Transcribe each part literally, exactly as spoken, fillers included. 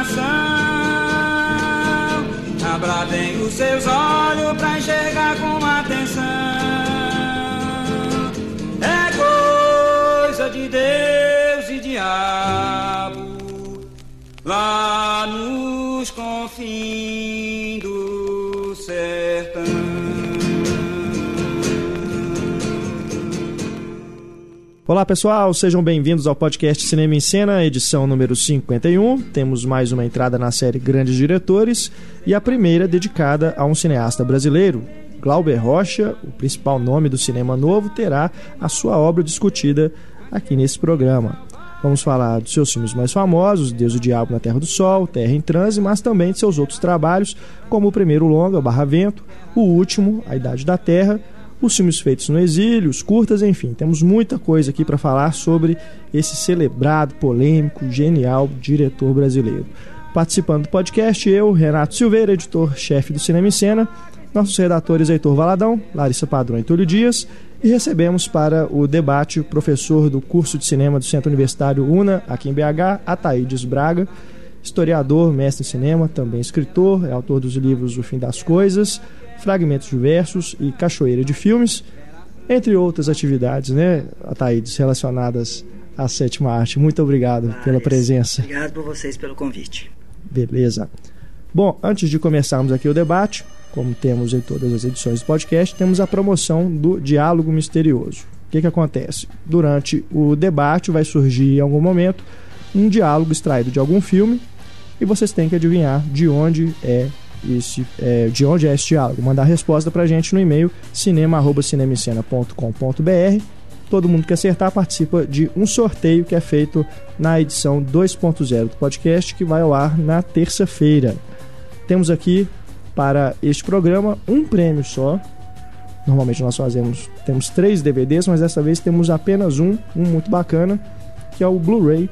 coração. Abra bem os seus olhos pra enxergar com atenção. É coisa de Deus e diabo lá nos confins do sertão. Olá pessoal, sejam bem-vindos ao podcast Cinema em Cena, edição número cinquenta e um. Temos mais uma entrada na série Grandes Diretores e a primeira dedicada a um cineasta brasileiro. Glauber Rocha, o principal nome do cinema novo, terá a sua obra discutida aqui nesse programa. Vamos falar dos seus filmes mais famosos, Deus e o Diabo na Terra do Sol, Terra em Transe, mas também de seus outros trabalhos, como o primeiro longa, Barra Vento, o último, A Idade da Terra, os filmes feitos no exílio, os curtas, enfim, temos muita coisa aqui para falar sobre esse celebrado, polêmico, genial diretor brasileiro. Participando do podcast, eu, Renato Silveira, editor-chefe do Cinema em Cena, nossos redatores Heitor Valadão, Larissa Padrão e Túlio Dias, e recebemos para o debate o professor do curso de cinema do Centro Universitário UNA, aqui em B H, Ataídes Braga, historiador, mestre em cinema, também escritor, é autor dos livros O Fim das Coisas, Fragmentos Diversos e Cachoeira de Filmes, entre outras atividades, né, Ataídes, relacionadas à sétima arte. Muito obrigado Mas, pela presença. Obrigado por vocês pelo convite. Beleza. Bom, antes de começarmos aqui o debate, como temos em todas as edições do podcast, temos a promoção do Diálogo Misterioso. O que que acontece? Durante o debate vai surgir em algum momento um diálogo extraído de algum filme e vocês têm que adivinhar de onde é esse, é, de onde é esse diálogo. Mandar a resposta pra gente no e-mail cinema arroba cinemicena ponto com ponto b r. Todo mundo que acertar participa de um sorteio que é feito na edição dois ponto zero do podcast, que vai ao ar na terça-feira. Temos aqui para este programa um prêmio só. Normalmente nós fazemos, temos três D V Ds, mas dessa vez temos apenas um, um muito bacana, que é o Blu-ray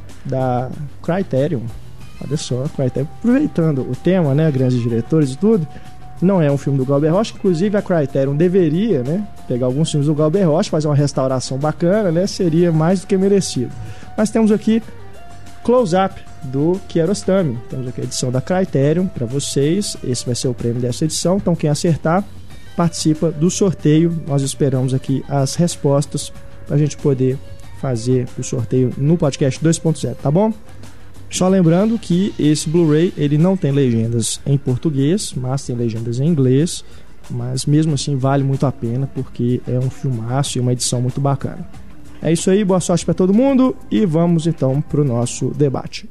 da Criterion. Olha só, Criterion, aproveitando o tema, né, grandes diretores e tudo, não é um filme do Glauber Rocha, inclusive a Criterion deveria, né, pegar alguns filmes do Glauber Rocha, fazer uma restauração bacana, né, seria mais do que merecido. Mas temos aqui Close Up, do Kiarostami. Temos aqui a edição da Criterion para vocês. Esse vai ser o prêmio dessa edição. Então quem acertar participa do sorteio. Nós esperamos aqui as respostas para a gente poder fazer o sorteio no podcast dois ponto zero, tá bom? Só lembrando que esse Blu-ray ele não tem legendas em português, mas tem legendas em inglês. Mas mesmo assim vale muito a pena, porque é um filmaço e uma edição muito bacana. É isso aí, boa sorte para todo mundo e vamos então para o nosso debate.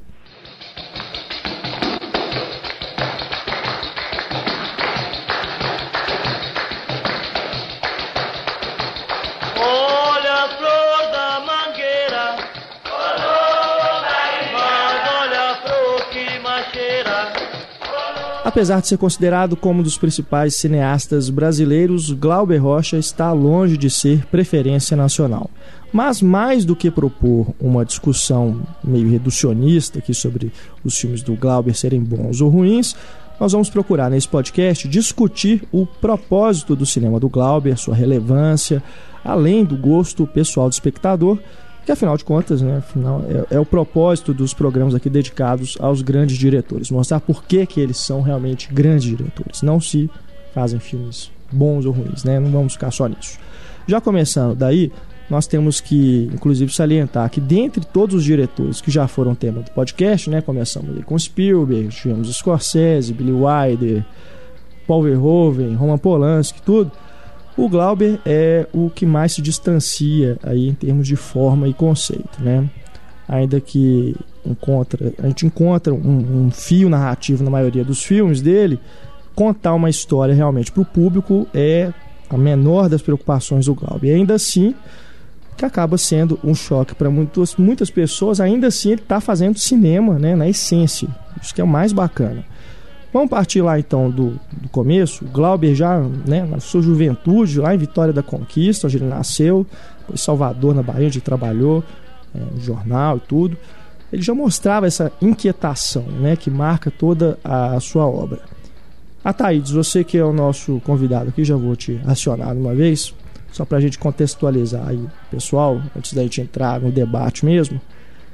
Apesar de ser considerado como um dos principais cineastas brasileiros, Glauber Rocha está longe de ser preferência nacional. Mas mais do que propor uma discussão meio reducionista aqui sobre os filmes do Glauber serem bons ou ruins, nós vamos procurar nesse podcast discutir o propósito do cinema do Glauber, sua relevância, além do gosto pessoal do espectador, que afinal de contas, né, afinal, é, é o propósito dos programas aqui dedicados aos grandes diretores, mostrar por que, que eles são realmente grandes diretores, não se fazem filmes bons ou ruins, né? Não vamos ficar só nisso. Já começando daí, nós temos que, inclusive, salientar que dentre todos os diretores que já foram tema do podcast, né, começamos ali com Spielberg, tivemos Scorsese, Billy Wilder, Paul Verhoeven, Roman Polanski, tudo. O Glauber é o que mais se distancia aí em termos de forma e conceito, né? Ainda que encontra, a gente encontra um, um fio narrativo na maioria dos filmes dele, contar uma história realmente para o público é a menor das preocupações do Glauber. E ainda assim, que acaba sendo um choque para muitas, muitas pessoas, ainda assim ele está fazendo cinema, né, na essência. Isso que é o mais bacana. Vamos partir lá então do, do começo. O Glauber já, né, na sua juventude, lá em Vitória da Conquista, onde ele nasceu, depois Salvador, na Bahia, onde ele trabalhou, é, no jornal e tudo, ele já mostrava essa inquietação, né, que marca toda a, a sua obra. Ataídes, você que é o nosso convidado aqui, já vou te acionar uma vez, só para a gente contextualizar aí, pessoal, antes da gente entrar no debate mesmo.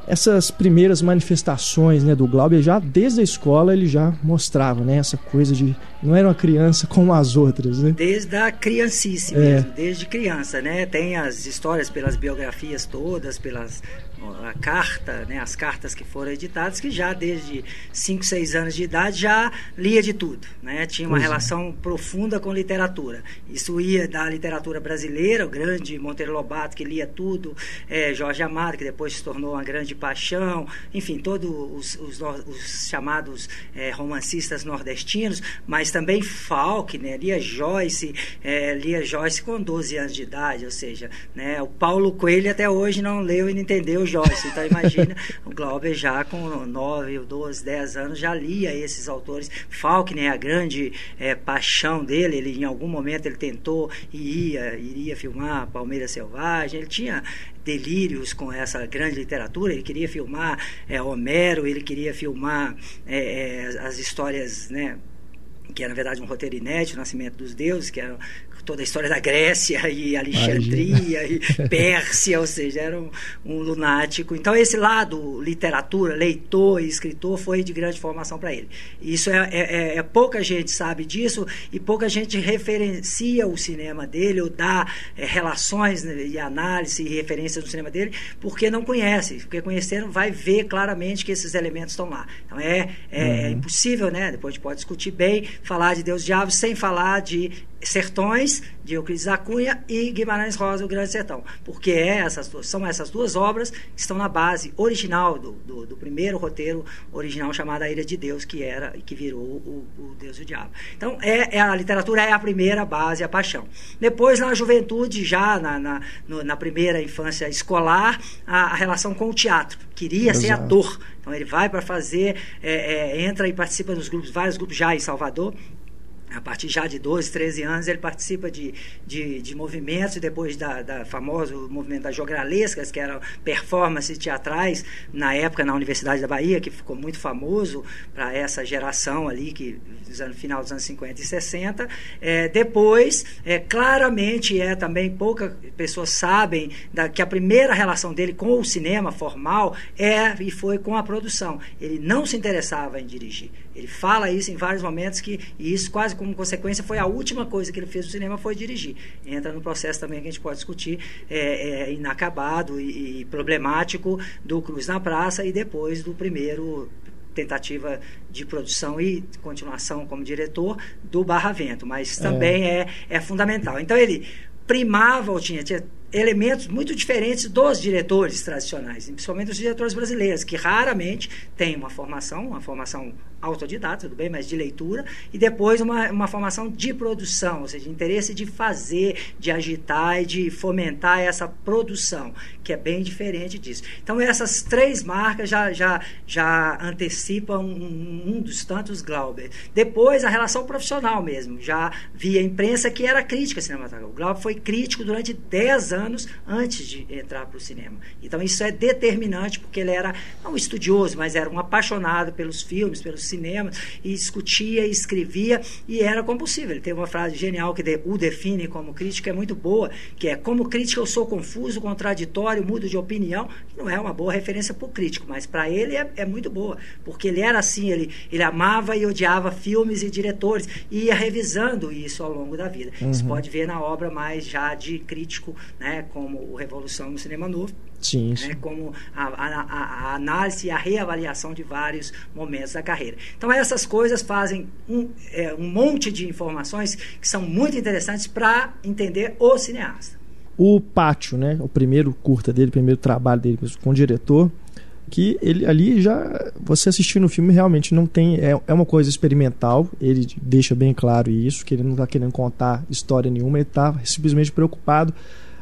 essas primeiras manifestações, né, do Glauber, já desde a escola ele já mostrava, né, essa coisa de não era uma criança como as outras, né? Desde a criancice é. mesmo, desde criança, né? Tem as histórias pelas biografias todas, pelas a carta, né, as cartas que foram editadas, que já desde cinco, seis anos de idade já lia de tudo, né? Tinha uma pois relação é. profunda com literatura. Isso ia da literatura brasileira, o grande Monteiro Lobato, que lia tudo, é, Jorge Amado, que depois se tornou uma grande paixão, enfim, todos os, os, os chamados é, romancistas nordestinos, mas também Faulkner, lia Joyce, é, lia Joyce com doze anos de idade, ou seja, né, o Paulo Coelho até hoje não leu e não entendeu Joyce. Então imagina, o Glauber já com nove, doze, dez anos já lia esses autores. Faulkner, a grande é, paixão dele, ele em algum momento ele tentou e ia, iria filmar Palmeira Selvagem, ele tinha delírios com essa grande literatura, ele queria filmar é, Homero, ele queria filmar é, é, as histórias, né, que era na verdade um roteiro inédito, o Nascimento dos Deuses, que era toda a história da Grécia e Alexandria Imagina. e Pérsia, ou seja, era um, um lunático. Então esse lado literatura, leitor e escritor foi de grande formação para ele. Isso é, é, é pouca gente sabe disso e pouca gente referencia o cinema dele ou dá é, relações e análise e referências do cinema dele porque não conhece, porque conheceram vai ver claramente que esses elementos estão lá. Então é, é, uhum. é impossível, né? Depois a gente pode discutir bem, falar de Deus e Diabo sem falar de Sertões, de Euclides da Cunha e Guimarães Rosa, o Grande Sertão, porque é essas duas, são essas duas obras que estão na base original do, do, do primeiro roteiro original chamado A Ira de Deus, que era e que virou o, o Deus e o Diabo. Então é, é, a literatura é a primeira base, a paixão. Depois na juventude, já na, na, no, na primeira infância escolar, a, a relação com o teatro, queria Exato. ser ator, então ele vai para fazer é, é, entra e participa dos grupos, vários grupos já em Salvador. A partir já de doze, treze anos, ele participa de, de, de movimentos, depois da, da famoso movimento das jogralescas, que eram performances teatrais, na época na Universidade da Bahia, que ficou muito famoso para essa geração ali, que no final dos anos cinquenta e sessenta. É, depois, é, claramente, é também, poucas pessoas sabem da, que a primeira relação dele com o cinema formal é e foi com a produção. Ele não se interessava em dirigir. Ele fala isso em vários momentos, que, e isso quase como consequência foi a última coisa que ele fez no cinema, foi dirigir. Entra no processo também que a gente pode discutir, é, é, inacabado e, e problemático do Cruz na Praça e depois do primeiro tentativa de produção e continuação como diretor do Barra Vento, mas também é, é, é fundamental. Então ele primava ou tinha, tinha elementos muito diferentes dos diretores tradicionais, principalmente dos diretores brasileiros, que raramente têm uma formação, uma formação autodidata, tudo bem, mas de leitura, e depois uma, uma formação de produção, ou seja, de interesse de fazer, de agitar e de fomentar essa produção, que é bem diferente disso. Então essas três marcas já, já, já antecipam um, um dos tantos Glauber. Depois a relação profissional mesmo, já via imprensa, que era crítica cinematográfica. O Glauber foi crítico durante dez anos antes de entrar para o cinema. Então isso é determinante, porque ele era não um estudioso, mas era um apaixonado pelos filmes, pelos cinemas, e discutia, escrevia, e era compulsivo. Ele tem uma frase genial que de, o define como crítico, é muito boa, que é: como crítico eu sou confuso, contraditório, mudo de opinião. Não é uma boa referência para o crítico, mas para ele é, é muito boa, porque ele era assim, ele, ele amava e odiava filmes e diretores, e ia revisando isso ao longo da vida. Uhum. Isso pode ver na obra mais já de crítico, né, como o Revolução no Cinema Novo. Sim, sim. Né, como a, a, a análise e a reavaliação de vários momentos da carreira. Então essas coisas fazem um, é, um monte de informações que são muito interessantes para entender o cineasta. O Pátio, né, o primeiro curta dele, o primeiro trabalho dele com o diretor, que ele ali já, você assistindo o filme realmente não tem, é, é uma coisa experimental, ele deixa bem claro isso, que ele não está querendo contar história nenhuma, ele está simplesmente preocupado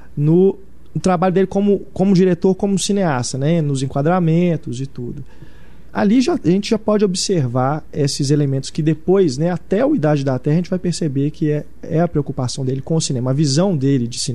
no o trabalho dele como, como diretor, como cineasta, né? Nos enquadramentos e tudo. Ali já, a gente já pode observar esses elementos que depois, né, até o Idade da Terra, a gente vai perceber que é, é a preocupação dele com o cinema, a visão dele de cinema.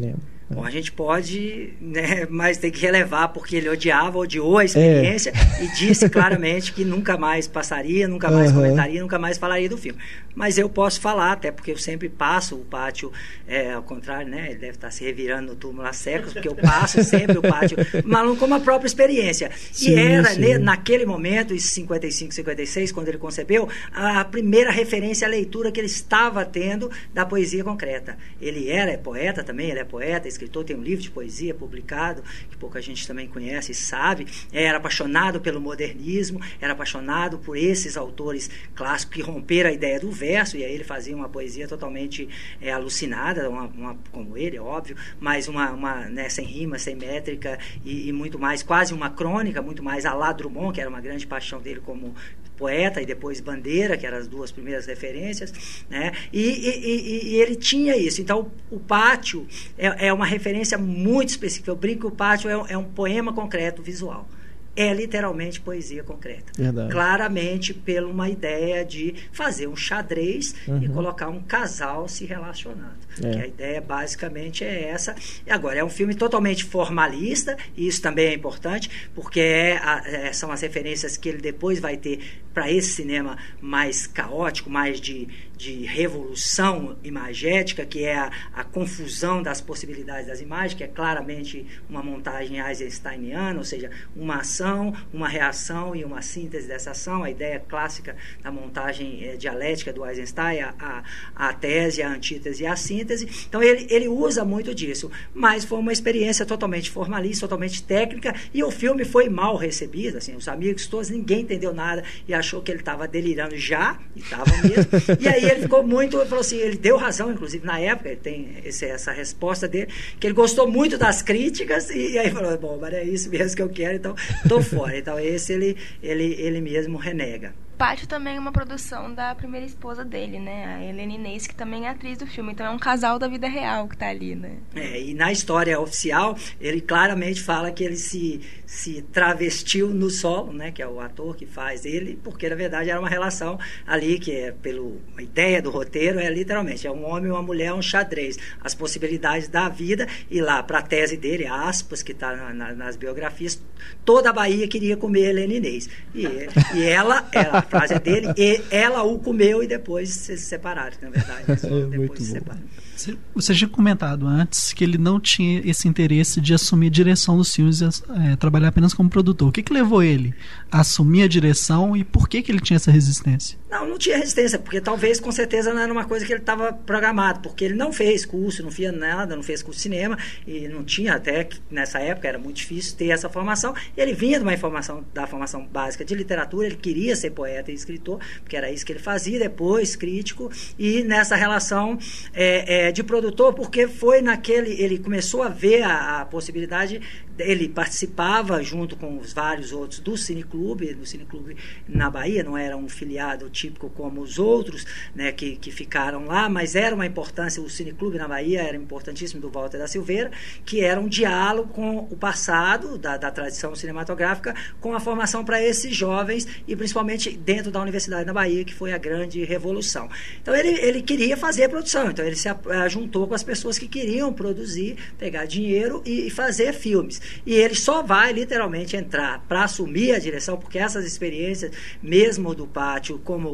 Bom, a gente pode, né, mas tem que relevar, porque ele odiava, odiou a experiência é. e disse claramente que nunca mais passaria, nunca mais uhum. comentaria, nunca mais falaria do filme. Mas eu posso falar, até porque eu sempre passo o pátio, é, ao contrário, né, ele deve estar se revirando no túmulo há séculos, porque eu passo sempre o pátio, maluco, como a própria experiência. Sim, e era, né, naquele momento, em cinquenta e cinco, cinquenta e seis, quando ele concebeu, a primeira referência à leitura que ele estava tendo da poesia concreta. Ele era é poeta também, ele é poeta, escritor, tem um livro de poesia publicado, que pouca gente também conhece e sabe, era apaixonado pelo modernismo, era apaixonado por esses autores clássicos que romperam a ideia do verso, e aí ele fazia uma poesia totalmente é, alucinada, uma, uma, como ele, é óbvio, mas uma, uma né, sem rima, sem métrica, e, e muito mais, quase uma crônica, muito mais à la Drummond, que era uma grande paixão dele como poeta, e depois Bandeira, que eram as duas primeiras referências, né? E, e, e, e ele tinha isso. Então, o pátio é, é uma referência muito específica. Eu brinco que o pátio é, é um poema concreto visual. É literalmente poesia concreta. Verdade. Claramente pela uma ideia de fazer um xadrez uhum. e colocar um casal se relacionando. É. Que a ideia basicamente é essa. E agora, é um filme totalmente formalista, e isso também é importante, porque é a, é, são as referências que ele depois vai ter para esse cinema mais caótico, mais de, de revolução imagética, que é a, a confusão das possibilidades das imagens, que é claramente uma montagem eisensteiniana, ou seja, uma ação, uma reação e uma síntese dessa ação, a ideia clássica da montagem é, dialética do Eisenstein, a, a, a tese, a antítese e a síntese. Então ele, ele usa muito disso, mas foi uma experiência totalmente formalista, totalmente técnica, e o filme foi mal recebido, assim, os amigos todos, ninguém entendeu nada e achou que ele estava delirando já, e estava mesmo, e aí ele ficou muito, ele falou assim, ele deu razão, inclusive na época, ele tem esse, essa resposta dele, que ele gostou muito das críticas, e, e aí falou, bom, mas é isso mesmo que eu quero, então estou fora. Então esse ele, ele, ele mesmo renega. Pátio também é uma produção da primeira esposa dele, né? A Helena Inês, que também é atriz do filme. Então é um casal da vida real que tá ali, né? É, e na história oficial, ele claramente fala que ele se, se travestiu no solo, né? Que é o ator que faz ele, porque na verdade era uma relação ali, que é pelo a ideia do roteiro, é literalmente, é um homem e uma mulher, um xadrez. As possibilidades da vida, e lá, para a tese dele, aspas, que está na, na, nas biografias, toda a Bahia queria comer a Helena Inês. E, e ela, ela a frase é dele, e ela o comeu e depois se separaram, na verdade. É, depois se separaram. Você tinha comentado antes que ele não tinha esse interesse de assumir a direção dos filmes e é, trabalhar apenas como produtor. O que, que levou ele a assumir a direção e por que, que ele tinha essa resistência? Não, não tinha resistência, porque talvez, com certeza, não era uma coisa que ele estava programado, porque ele não fez curso, não fez nada, não fez curso de cinema, e não tinha até, nessa época, era muito difícil ter essa formação. Ele vinha de uma informação, da formação básica de literatura, ele queria ser poeta e escritor, porque era isso que ele fazia, depois crítico, e nessa relação é, é, de produtor, porque foi naquele, ele começou a ver a, a possibilidade, ele participava junto com os vários outros do Cineclube, do Cineclube na Bahia, não era um filiado típico como os outros, né, que, que ficaram lá, mas era uma importância, o Cineclube na Bahia era importantíssimo, do Walter da Silveira, que era um diálogo com o passado da, da tradição cinematográfica, com a formação para esses jovens, e principalmente dentro da Universidade da Bahia, que foi a grande revolução. Então ele, ele queria fazer produção, então ele se juntou com as pessoas que queriam produzir, pegar dinheiro e, e fazer filmes. E ele só vai literalmente entrar para assumir a direção, porque essas experiências, mesmo do Pátio, como o,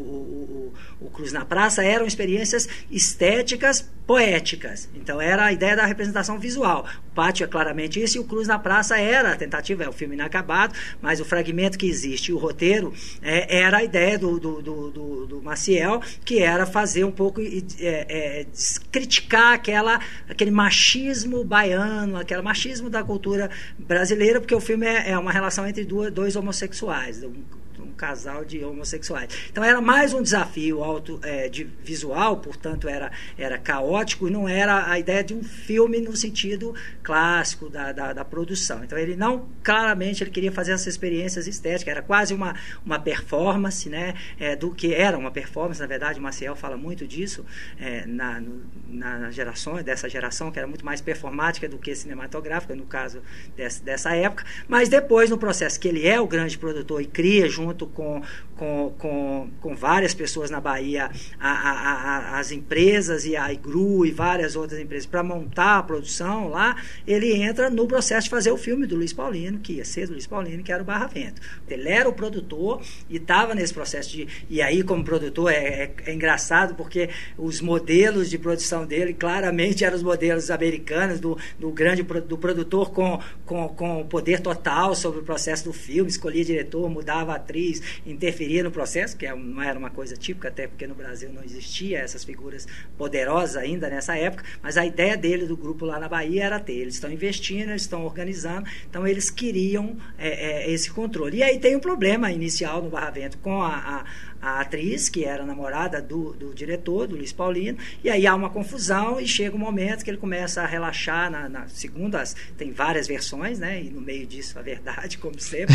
o, o, o Cruz na Praça, eram experiências estéticas poéticas. Então era a ideia da representação visual. O Pátio é claramente isso, e o Cruz na Praça era a tentativa, é o filme inacabado, mas o fragmento que existe, o roteiro, é, era a ideia do, do, do, do, do Maciel, que era fazer um pouco, é, é, criticar aquela, aquele machismo baiano, aquele machismo da cultura brasileira, porque o filme é, é uma relação entre duas, dois homossexuais, um, um casal de homossexuais. Então era mais um desafio auto, é, de visual, portanto era, era caótico, e não era a ideia de um filme no sentido clássico da, da, da produção. Então ele não, claramente, ele queria fazer essas experiências estéticas, era quase uma, uma performance, né, é, do que era uma performance, na verdade o Maciel fala muito disso, é, na, no, na geração, dessa geração, que era muito mais performática do que cinematográfica, no caso dessa, dessa época, mas depois, no processo que ele é o grande produtor e cria junto com, com, com, com várias pessoas na Bahia, a, a, a, as empresas e a I G R U e várias outras empresas, para montar a produção lá, ele entra no processo de fazer o filme do Luiz Paulino, que ia ser do Luiz Paulino, que era o Barra Vento. Ele era o produtor e estava nesse processo de... E aí, como produtor, é, é, é engraçado, porque os modelos de produção dele, claramente, eram os modelos americanos, do, do grande do produtor com, com, com poder total sobre o processo do filme, escolhia diretor, mudava a atriz, interferia no processo, que não era uma coisa típica, até porque no Brasil não existia essas figuras poderosas ainda nessa época, mas a ideia dele, do grupo lá na Bahia, era ter. Eles estão investindo, eles estão organizando, então eles queriam é, é, esse controle. E aí tem um problema inicial no Barra Vento com a, a, a atriz, que era namorada do, do diretor, do Luiz Paulino, e aí há uma confusão e chega um momento que ele começa a relaxar, na, na segundo as, tem várias versões, né, e no meio disso a verdade, como sempre.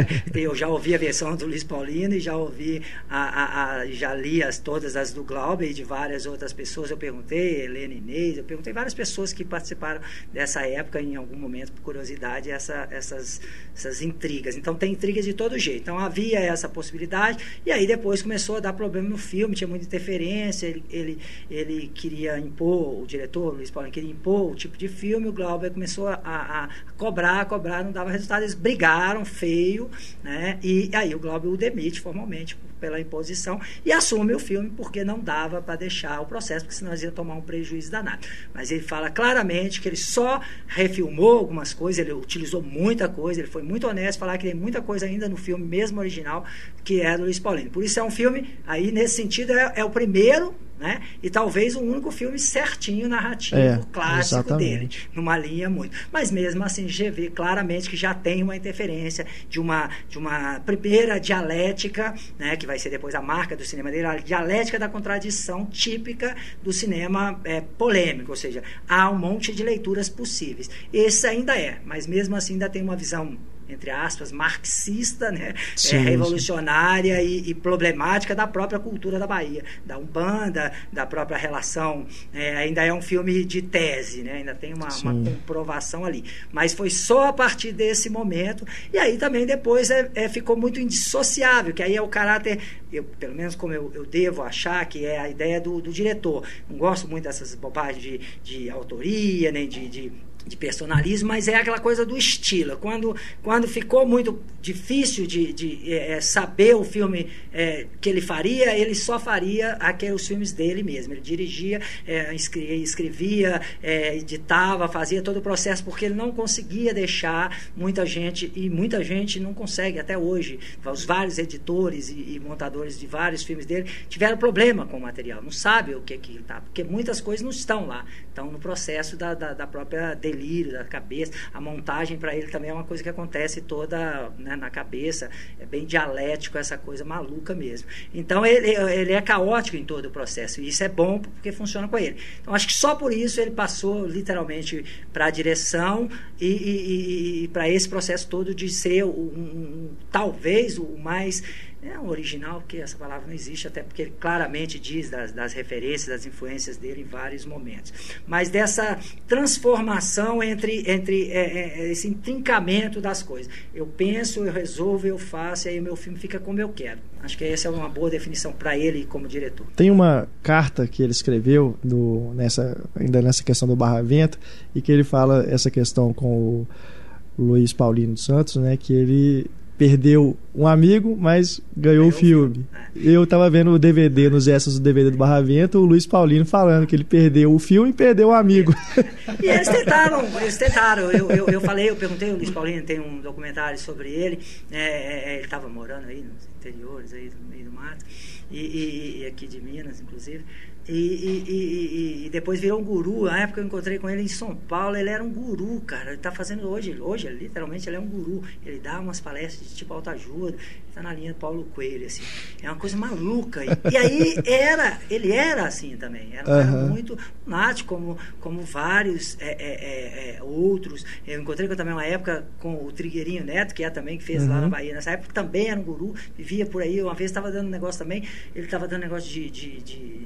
Eu já ouvi a versão do Luiz Paulino e já ouvi, a, a, a, já li as, todas as do Glauber e de várias outras pessoas. Eu perguntei, Helena Inês, eu perguntei várias pessoas que participaram dessa época, em algum momento, por curiosidade, essa, essas, essas intrigas. Então tem intrigas de todo jeito. Então havia essa possibilidade, e aí depois começou a dar problema no filme, tinha muita interferência, ele, ele, ele queria impor, o diretor, o Luiz Paulino, queria impor o tipo de filme, o Glauber começou a, a, a cobrar, a cobrar, não dava resultado, eles brigaram feio, né? E aí o Glauber o demite formalmente pela imposição e assume o filme, porque não dava para deixar o processo, porque senão eles iam tomar um prejuízo danado. Mas ele fala claramente que ele só refilmou algumas coisas, ele utilizou muita coisa, ele foi muito honesto, falar que tem muita coisa ainda no filme, mesmo original, que é do Luiz Paulino. Por isso é um filme, aí nesse sentido, é, é o primeiro, né? E talvez o único filme certinho, narrativo, é, clássico exatamente. Dele, numa linha muito. Mas mesmo assim, a gente vê claramente que já tem uma interferência de uma, de uma primeira dialética, né? Que vai ser depois a marca do cinema dele, a dialética da contradição típica do cinema é, polêmico, ou seja, há um monte de leituras possíveis. Esse ainda é, mas mesmo assim ainda tem uma visão, entre aspas, marxista, né? Sim, é, revolucionária e, e problemática da própria cultura da Bahia, da Umbanda, da própria relação. É, ainda é um filme de tese, né? Ainda tem uma, uma comprovação ali. Mas foi só a partir desse momento, e aí também depois é, é, ficou muito indissociável, que aí é o caráter, eu, pelo menos como eu, eu devo achar, que é a ideia do, do diretor. Não gosto muito dessas bobagens de, de autoria, nem de, de de personalismo, mas é aquela coisa do estilo. Quando, quando ficou muito difícil de, de é, saber o filme é, que ele faria, ele só faria aqueles filmes dele mesmo. Ele dirigia, é, escrevia, é, editava, fazia todo o processo, porque ele não conseguia deixar muita gente, e muita gente não consegue até hoje. Os vários editores e, e montadores de vários filmes dele tiveram problema com o material, não sabe o que que está, porque muitas coisas não estão lá, estão no processo da, da, da própria delírio da cabeça. A montagem para ele também é uma coisa que acontece toda, né, na cabeça, é bem dialético, essa coisa maluca mesmo. Então ele, ele é caótico em todo o processo, e isso é bom porque funciona com ele. Então acho que só por isso ele passou literalmente para a direção e, e, e para esse processo todo de ser um, um, talvez o mais é um original, porque essa palavra não existe, até porque ele claramente diz das, das referências, das influências dele em vários momentos. Mas dessa transformação entre, entre é, é, esse intrincamento das coisas. Eu penso, eu resolvo, eu faço, e aí o meu filme fica como eu quero. Acho que essa é uma boa definição para ele como diretor. Tem uma carta que ele escreveu do, nessa, ainda nessa questão do Barra Vento, e que ele fala essa questão com o Luiz Paulino dos Santos, né, que ele perdeu um amigo, mas ganhou, ganhou o filme. filme. É. Eu tava vendo o D V D, nos extras do D V D do Barra Vento, o Luiz Paulino falando que ele perdeu o filme e perdeu o amigo. E eles tentaram, eles tentaram. Eu, eu, eu falei, eu perguntei, o Luiz Paulino tem um documentário sobre ele, é, é, ele estava morando aí nos interiores, aí no meio do mato, e, e, e aqui de Minas, inclusive. E, e, e, e depois virou um guru. Na época eu encontrei com ele em São Paulo, ele era um guru, cara. Ele está fazendo hoje, hoje literalmente ele é um guru. Ele dá umas palestras de tipo autoajuda, está na linha do Paulo Coelho, assim. É uma coisa maluca. E, e aí era, ele era assim também. Era um uhum. cara muito nato, como, como vários é, é, é, outros. Eu encontrei com também uma época com o Trigueirinho Neto, que é também que fez uhum. lá na Bahia. Nessa época também era um guru, vivia por aí. Uma vez estava dando um negócio também, ele estava dando negócio de, de, de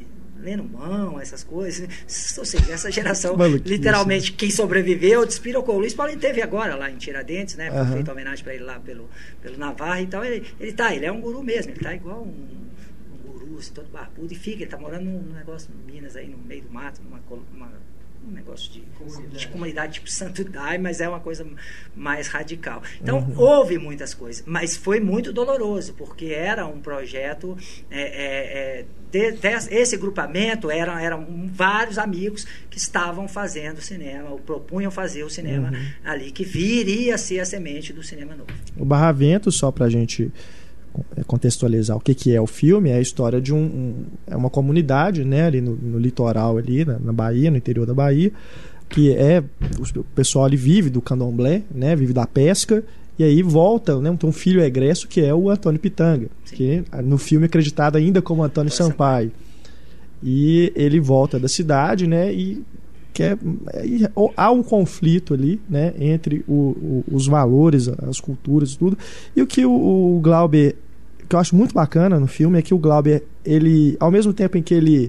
lendo mão, essas coisas. Ou seja, essa geração, Maluquice. literalmente, quem sobreviveu, despirocou. O Luiz Paulo teve agora lá em Tiradentes, né? Foi Uhum. feita homenagem para ele lá pelo, pelo Navarro e tal. Ele, ele tá, ele é um guru mesmo, ele tá igual um, um guru, assim, todo barbudo, e fica, ele tá morando num, num negócio em Minas aí, no meio do mato, numa, uma, um negócio de comunidade. de comunidade tipo Santo Daime, mas é uma coisa mais radical. Então, uhum. houve muitas coisas, mas foi muito doloroso, porque era um projeto, é, é, é, de, de, esse grupamento eram, eram vários amigos que estavam fazendo cinema, ou propunham fazer o cinema uhum. ali, que viria a ser a semente do cinema novo. O Barravento, só pra gente contextualizar o que, que é o filme, é a história de um, um é uma comunidade, né, ali no, no litoral ali na, na Bahia, no interior da Bahia, que é o pessoal ali vive do candomblé, né, vive da pesca, e aí volta, né, tem um filho egresso que é o Antônio Pitanga, Sim. que no filme é acreditado ainda como Antônio Nossa, Sampaio, e ele volta da cidade, né, e quer, e há um conflito ali, né, entre o, o, os valores, as culturas e tudo, e o que o, o Glauber, que eu acho muito bacana no filme, é que o Glauber, ele, ao mesmo tempo em que ele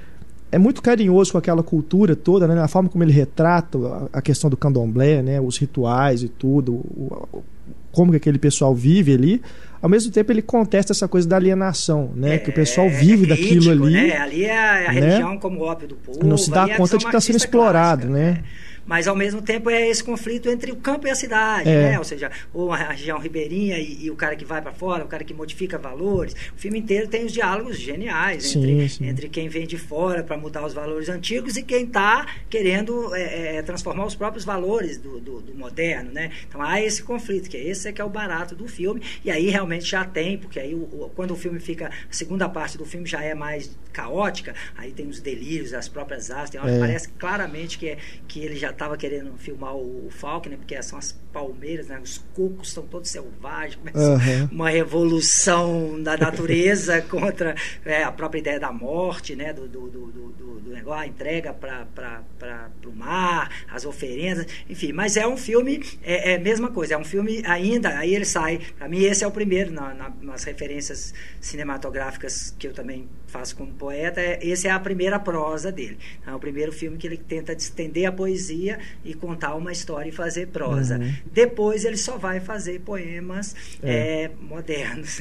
é muito carinhoso com aquela cultura toda, né, a forma como ele retrata a, a questão do candomblé, né, os rituais e tudo, o, o, como que aquele pessoal vive ali, ao mesmo tempo ele contesta essa coisa da alienação, né, é, que o pessoal vive é crítico, daquilo ali. Né? Ali é a, a né? religião como ópio do povo. Não se dá conta de que está sendo explorado, clássica, né? É. Mas ao mesmo tempo é esse conflito entre o campo e a cidade, é. né? Ou seja, ou a região ribeirinha e, e o cara que vai para fora, o cara que modifica valores. O filme inteiro tem os diálogos geniais sim, entre, sim. entre quem vem de fora para mudar os valores antigos e quem está querendo é, é, transformar os próprios valores do, do, do moderno, né? Então há esse conflito, que esse é que é o barato do filme, e aí realmente já tem, porque aí o, o, quando o filme fica, a segunda parte do filme já é mais caótica, aí tem os delírios, as próprias asas, tem hora que é. parece claramente que, é, que ele já estava querendo filmar o, o Faulkner, porque são as palmeiras, né? Os cocos estão todos selvagens, começa uhum. uma revolução da natureza contra é, a própria ideia da morte, né? do, do, do, do, do negócio, a entrega para o mar, as oferendas, enfim, mas é um filme, é, é a mesma coisa, é um filme ainda, aí ele sai, para mim esse é o primeiro na, na, nas referências cinematográficas que eu também faço como poeta, é, esse é a primeira prosa dele, é o primeiro filme que ele tenta distender a poesia e contar uma história e fazer prosa. Uhum. Depois ele só vai fazer poemas é. É, modernos,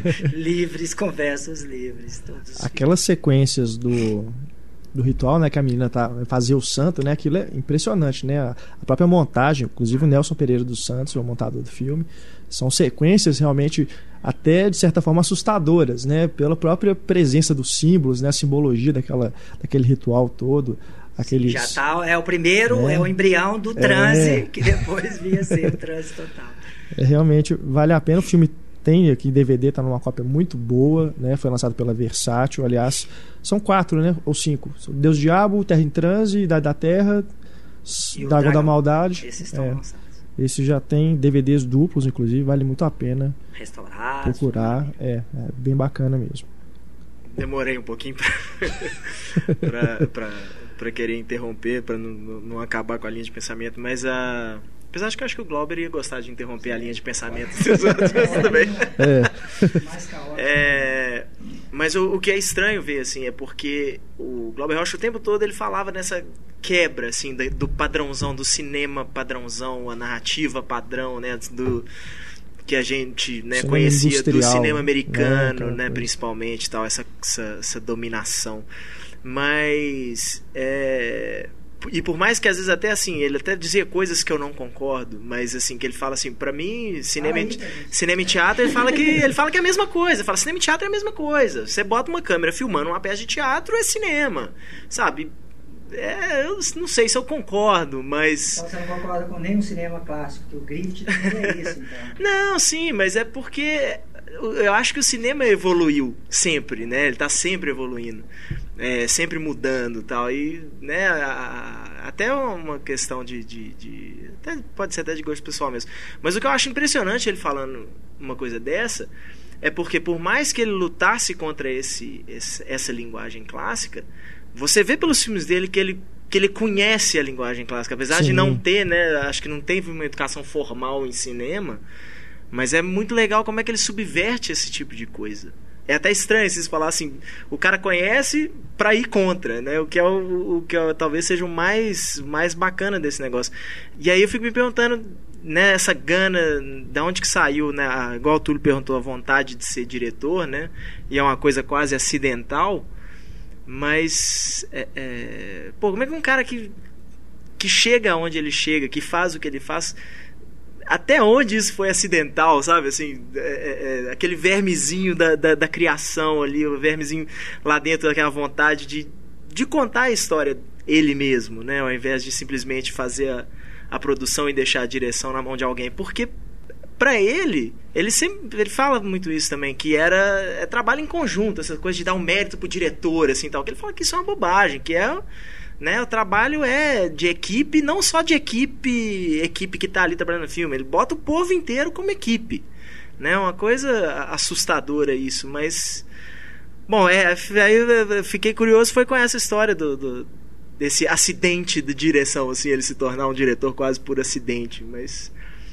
livres, com versos livres. Todos aquelas sequências do, do ritual, né, que a menina tá, fazia o santo, né, aquilo é impressionante, né, a, a própria montagem, inclusive o Nelson Pereira dos Santos, o montador do filme, são sequências realmente até de certa forma assustadoras, né, pela própria presença dos símbolos, né, a simbologia daquela, daquele ritual todo. Aqueles... Já tá, é o primeiro, é, é o embrião do transe, é. que depois vinha ser o transe total. É, realmente vale a pena. O filme tem aqui D V D, tá numa cópia muito boa, né? Foi lançado pela Versátil, aliás, são quatro, né? Ou cinco. Deus Diabo, Terra em Transe, Idade da Terra, Dragão da Maldade. Esses estão é. lançados. Esse já tem D V Ds duplos, inclusive, vale muito a pena restaurar, procurar. É, é bem bacana mesmo. Demorei um pouquinho para para querer interromper, para não, não acabar com a linha de pensamento, mas a apesar de que eu acho que o Glauber ia gostar de interromper a linha de pensamento dos outros, mas tudo bem. É. É, mas o, o que é estranho ver assim é porque o Glauber Rocha o tempo todo ele falava nessa quebra assim do, do padrãozão do cinema padrãozão, a narrativa padrão, né, do que a gente, né, conhecia do cinema americano, né, né principalmente tal, essa, essa, essa dominação. Mas é, e por mais que às vezes até assim ele até dizia coisas que eu não concordo, mas assim que ele fala assim, pra mim cinema, e, cinema e teatro ele fala que ele fala que é a mesma coisa, ele fala cinema e teatro é a mesma coisa, você bota uma câmera filmando uma peça de teatro é cinema, sabe? É, eu não sei se eu concordo, mas então, você não concorda com nenhum cinema clássico, que o Griffith não é isso, então. Não, sim, mas é porque eu acho que o cinema evoluiu sempre, né? Ele está sempre evoluindo, é, sempre mudando, tal, e, né? A, a, até uma questão de, de, de até, pode ser até de gosto pessoal mesmo. Mas o que eu acho impressionante ele falando uma coisa dessa é porque por mais que ele lutasse contra esse, esse essa linguagem clássica, você vê pelos filmes dele que ele que ele conhece a linguagem clássica, apesar Sim. de não ter, né? Acho que não teve uma educação formal em cinema. Mas é muito legal como é que ele subverte esse tipo de coisa, é até estranho vocês falar assim, o cara conhece pra ir contra, né? O que é o, o que é, talvez seja o mais, mais bacana desse negócio. E aí eu fico me perguntando, né, essa gana, da onde que saiu, né? A, igual o Túlio perguntou, a vontade de ser diretor, né? E é uma coisa quase acidental, mas é, é, pô, como é que um cara que, que chega onde ele chega, que faz o que ele faz, até onde isso foi acidental, sabe? Assim, é, é, aquele vermezinho da, da, da criação ali, o vermezinho lá dentro daquela vontade de, de contar a história ele mesmo, né? Ao invés de simplesmente fazer a, a produção e deixar a direção na mão de alguém. Porque, pra ele, ele sempre ele fala muito isso também, que era é trabalho em conjunto, essa coisa de dar um mérito pro diretor, assim, tal. Que ele fala que isso é uma bobagem, que é... Né, o trabalho é de equipe, não só de equipe equipe que está ali trabalhando no filme, ele bota o povo inteiro como equipe, né, uma coisa assustadora isso, mas bom, é, aí eu fiquei curioso, foi com essa história do, do, desse acidente de direção, assim, ele se tornar um diretor quase por acidente, mas...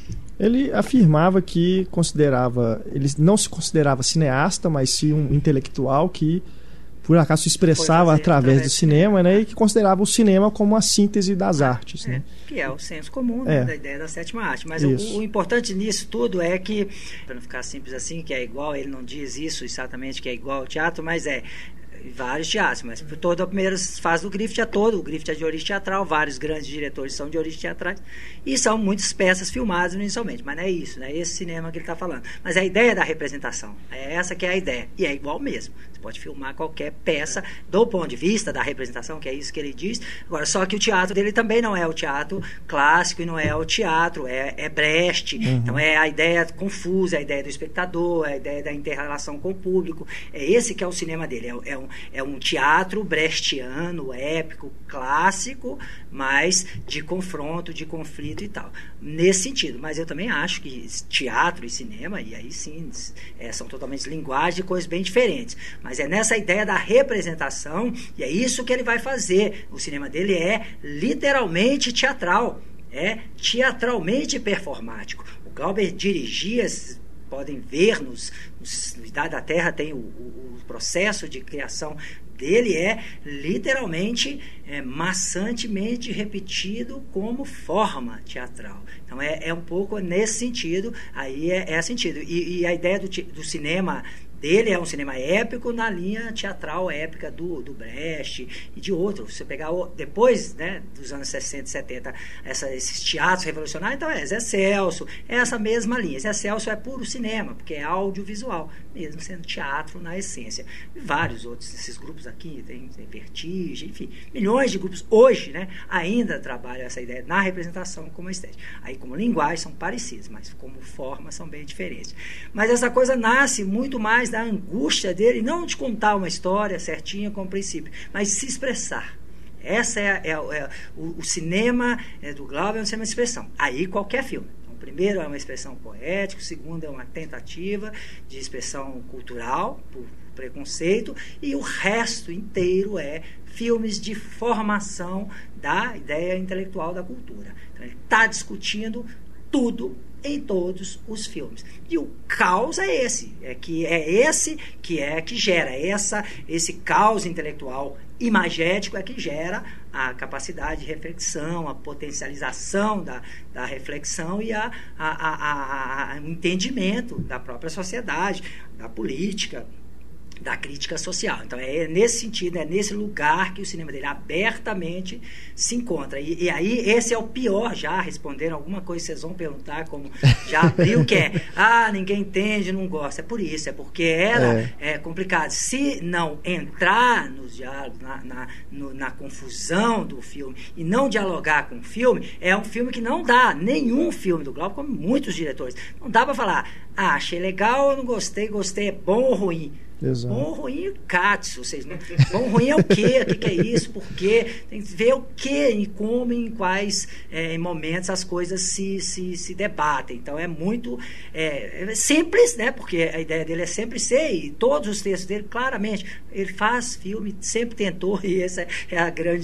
Ele afirmava que considerava, ele não se considerava cineasta, mas sim um intelectual que por acaso se expressava fazer, através do cinema, né, e que considerava o cinema como a síntese das ah, artes. É, né? Que é o senso comum, é. né, da ideia da sétima arte. Mas o, o importante nisso tudo é que, para não ficar simples assim, que é igual, ele não diz isso exatamente que é igual ao teatro, mas é vários teatros, mas por toda a primeira fase do Griffith é todo, o Griffith é de origem teatral, vários grandes diretores são de origem teatrais, e são muitas peças filmadas inicialmente, mas não é isso, não é esse cinema que ele está falando, mas é a ideia da representação, é essa que é a ideia, e é igual mesmo, você pode filmar qualquer peça do ponto de vista da representação, que é isso que ele diz, agora só que o teatro dele também não é o teatro clássico e não é o teatro, é, é Brecht, uhum. Então é a ideia confusa, é a ideia do espectador, é a ideia da inter-relação com o público, é esse que é o cinema dele, é, é um É um teatro brechtiano, épico, clássico, mas de confronto, de conflito e tal. Nesse sentido. Mas eu também acho que teatro e cinema, e aí sim, é, são totalmente linguagens de coisas bem diferentes. Mas é nessa ideia da representação, e é isso que ele vai fazer. O cinema dele é literalmente teatral, é teatralmente performático. O Glauber dirigia... podem ver nos, nos Idade da Terra tem o, o, o processo de criação dele é literalmente é, maçantemente repetido como forma teatral. Então é, é um pouco nesse sentido, aí é, é sentido. E, e a ideia do, do cinema dele é um cinema épico na linha teatral épica do, do Brecht e de outros. Você pegar o, depois, né, dos anos sessenta e setenta, essa, esses teatros revolucionários, então é Zé Celso, é essa mesma linha. Zé Celso é puro cinema, porque é audiovisual, mesmo sendo teatro na essência. E vários outros, esses grupos aqui, tem, tem Vertigem, enfim, milhões de grupos hoje, né, ainda trabalham essa ideia na representação como estética. Aí como linguagem são parecidas, mas como forma são bem diferentes. Mas essa coisa nasce muito mais da angústia dele, não de contar uma história certinha com o princípio, mas se expressar. Essa é, é, é o, o cinema é, do Glauber é um cinema de expressão. Aí qualquer filme. Então, o primeiro é uma expressão poética, o segundo é uma tentativa de expressão cultural, por preconceito, e o resto inteiro é filmes de formação da ideia intelectual da cultura. Então, ele está discutindo tudo em todos os filmes. E o caos é esse, é que é esse que é que gera essa esse caos intelectual imagético é que gera a capacidade de reflexão, a potencialização da, da reflexão e a, a, a, a, a entendimento da própria sociedade, da política, da crítica social. Então é nesse sentido, é nesse lugar que o cinema dele abertamente se encontra. E, e aí esse é o pior, já respondendo alguma coisa que vocês vão perguntar, como já abriu, que é, ah, ninguém entende, não gosta. É por isso, é porque ela é, é complicada. Se não entrar nos diálogos, na, na, no, na confusão do filme e não dialogar com o filme, é um filme que não dá, nenhum filme do Glauber, como muitos diretores, não dá para falar, ah, achei legal, eu não gostei, gostei, é bom ou ruim. Exato. Bom, ruim, cat's, vocês não... Bom, ruim é o quê? O que, que é isso? Por quê? Tem que ver o quê e como, em quais é, momentos as coisas se, se, se debatem. Então é muito é, é simples, né? Porque a ideia dele é sempre ser, e todos os textos dele, claramente, ele faz filme, sempre tentou, e essa é a grande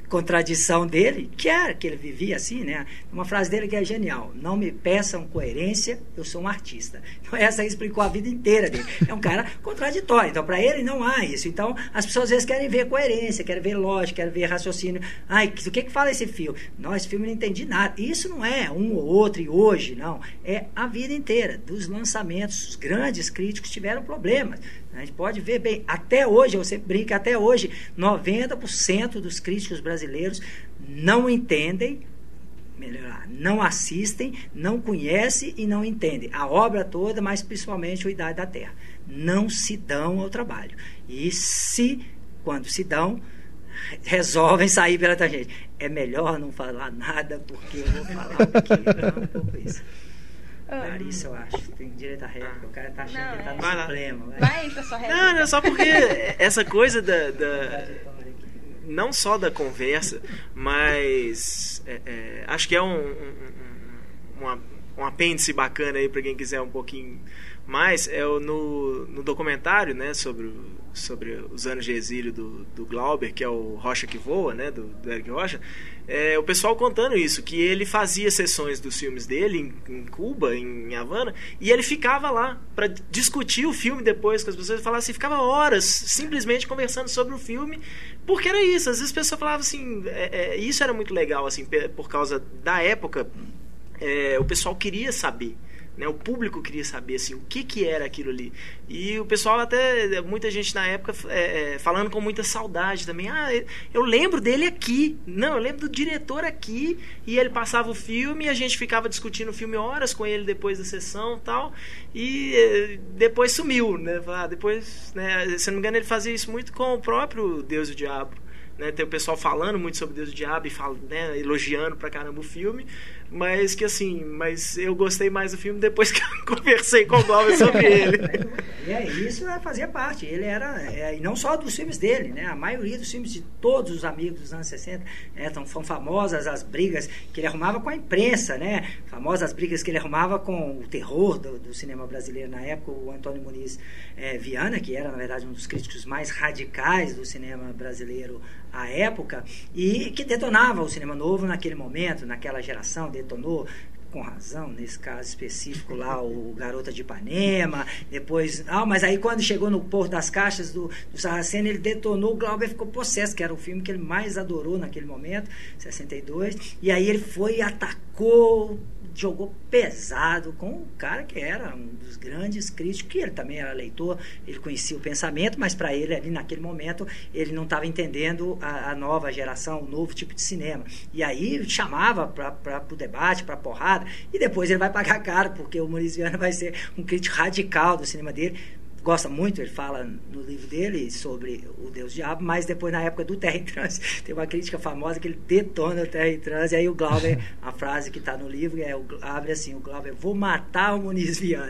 contradição dele, que era que ele vivia assim, né? Uma frase dele que é genial: não me peçam coerência, eu sou um artista. Então essa aí explicou a vida inteira dele. É um cara contraditório, então para ele não há isso. Então as pessoas às vezes querem ver coerência, querem ver lógica, querem ver raciocínio. Ai, do que que fala esse filme? Não, esse filme eu não entendi nada. Isso não é um ou outro e hoje, não. É a vida inteira, dos lançamentos. Os grandes críticos tiveram problemas. A gente pode ver bem, até hoje, eu sempre brinco, até hoje, noventa por cento dos críticos brasileiros não entendem, melhorar, não assistem, não conhecem e não entendem a obra toda, mas principalmente o Idade da Terra. Não se dão ao trabalho. E se, quando se dão, resolvem sair pela tangente. É melhor não falar nada, porque eu vou falar aqui, um pouco isso. Larissa, eu acho, tem direito à réplica. O cara tá achando não, que ele tá no vai Supremo. Vai, vai pra sua réplica. Não, não, só porque essa coisa da, da não só da conversa, mas é, é, acho que é um, um, um, um apêndice bacana aí pra quem quiser um pouquinho mais. É o, no, no documentário, né, sobre, sobre os anos de exílio do, do Glauber, que é o Rocha que Voa, né, do, do Eric Rocha. É, o pessoal contando isso, que ele fazia sessões dos filmes dele em, em Cuba, em Havana, e ele ficava lá para discutir o filme depois com as pessoas. Ele falava assim, ficava horas simplesmente conversando sobre o filme, porque era isso. Às vezes as pessoas falavam assim, é, é, isso era muito legal, assim, por causa da época, é, o pessoal queria saber. Né, o público queria saber assim, o que, que era aquilo ali. E o pessoal até, muita gente na época é, falando com muita saudade também. Ah, eu lembro dele aqui. Não, eu lembro do diretor aqui. E ele passava o filme e a gente ficava discutindo o filme horas com ele depois da sessão e tal. E depois sumiu, né? Ah, depois, né, se não me engano, ele fazia isso muito com o próprio Deus e o Diabo. Né, tem o pessoal falando muito sobre Deus e o Diabo e fala, né, elogiando pra caramba o filme, mas que assim, mas eu gostei mais do filme depois que eu conversei com o Glauber sobre ele. E é, isso fazia parte, ele era, é, e não só dos filmes dele, né, a maioria dos filmes de todos os amigos dos anos sessenta, né, tão, são famosas as brigas que ele arrumava com a imprensa, né, famosas as brigas que ele arrumava com o terror do, do cinema brasileiro na época, o Antônio Muniz é, Viana, que era na verdade um dos críticos mais radicais do cinema brasileiro à época, e que detonava o cinema novo naquele momento, naquela geração, detonou com razão, nesse caso específico lá, o Garota de Ipanema, depois, ah, mas aí quando chegou no Porto das Caixas do, do Sarraceno, ele detonou, o Glauber ficou possesso, que era o filme que ele mais adorou naquele momento, sessenta e dois, e aí ele foi e atacou, jogou pesado com o cara que era um dos grandes críticos, que ele também era leitor, ele conhecia o pensamento, mas para ele ali naquele momento ele não estava entendendo a, a nova geração, o novo tipo de cinema, e aí chamava para o debate, para porrada, e depois ele vai pagar caro, porque o Muniz Viana vai ser um crítico radical do cinema dele, gosta muito, ele fala no livro dele sobre o Deus Diabo, mas depois na época do Terra em Transe tem uma crítica famosa que ele detona o Terra em Transe, e aí o Glauber, a frase que está no livro é, o, abre assim, o Glauber, vou matar o Muniz Viana.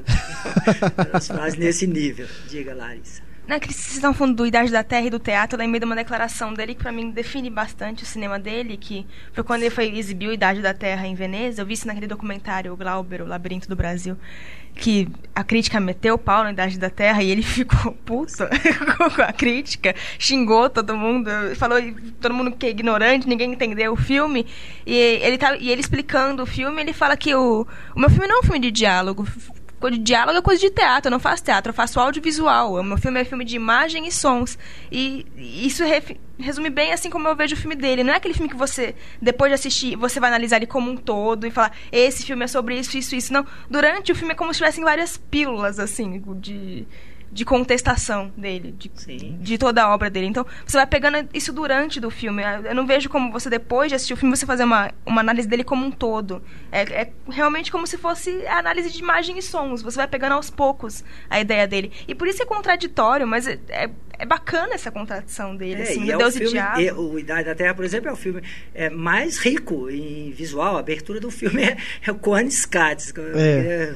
As frases nesse nível. Diga, Larissa. Na que vocês estão falando do Idade da Terra e do teatro, eu lembrei de uma declaração dele que pra mim define bastante o cinema dele, que foi quando ele foi exibir o Idade da Terra em Veneza. Eu vi isso naquele documentário, o Glauber, o Labirinto do Brasil, que a crítica meteu o pau na Idade da Terra e ele ficou puto com a crítica, xingou todo mundo, falou todo mundo que é ignorante, ninguém entendeu o filme, e ele, tá, e ele explicando o filme, ele fala que o, o meu filme não é um filme de diálogo, coisa de diálogo é coisa de teatro, eu não faço teatro, eu faço audiovisual, o meu filme é filme de imagem e sons, e isso ref, resume bem assim como eu vejo o filme dele, não é aquele filme que você, depois de assistir, você vai analisar ele como um todo e falar, esse filme é sobre isso, isso, isso, não, durante o filme é como se tivessem várias pílulas, assim, de... de contestação dele, de, de toda a obra dele. Então, você vai pegando isso durante do filme. Eu não vejo como você, depois de assistir o filme, você fazer uma, uma análise dele como um todo. É, é realmente como se fosse a análise de imagem e sons. Você vai pegando aos poucos a ideia dele. E por isso é contraditório, mas é, é, é bacana essa contradição dele. É, assim, e é Deus o e filme, Diabo. E, o Idade da Terra, por exemplo, é o filme é, mais rico em visual. A abertura do filme é, é o Coanes Cades. É.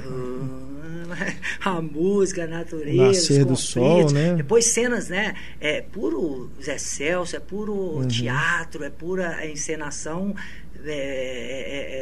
A música, a natureza, Nascer do Sol, né? Depois cenas, né? É puro Zé Celso, é puro uhum. teatro, é pura encenação é, é, é,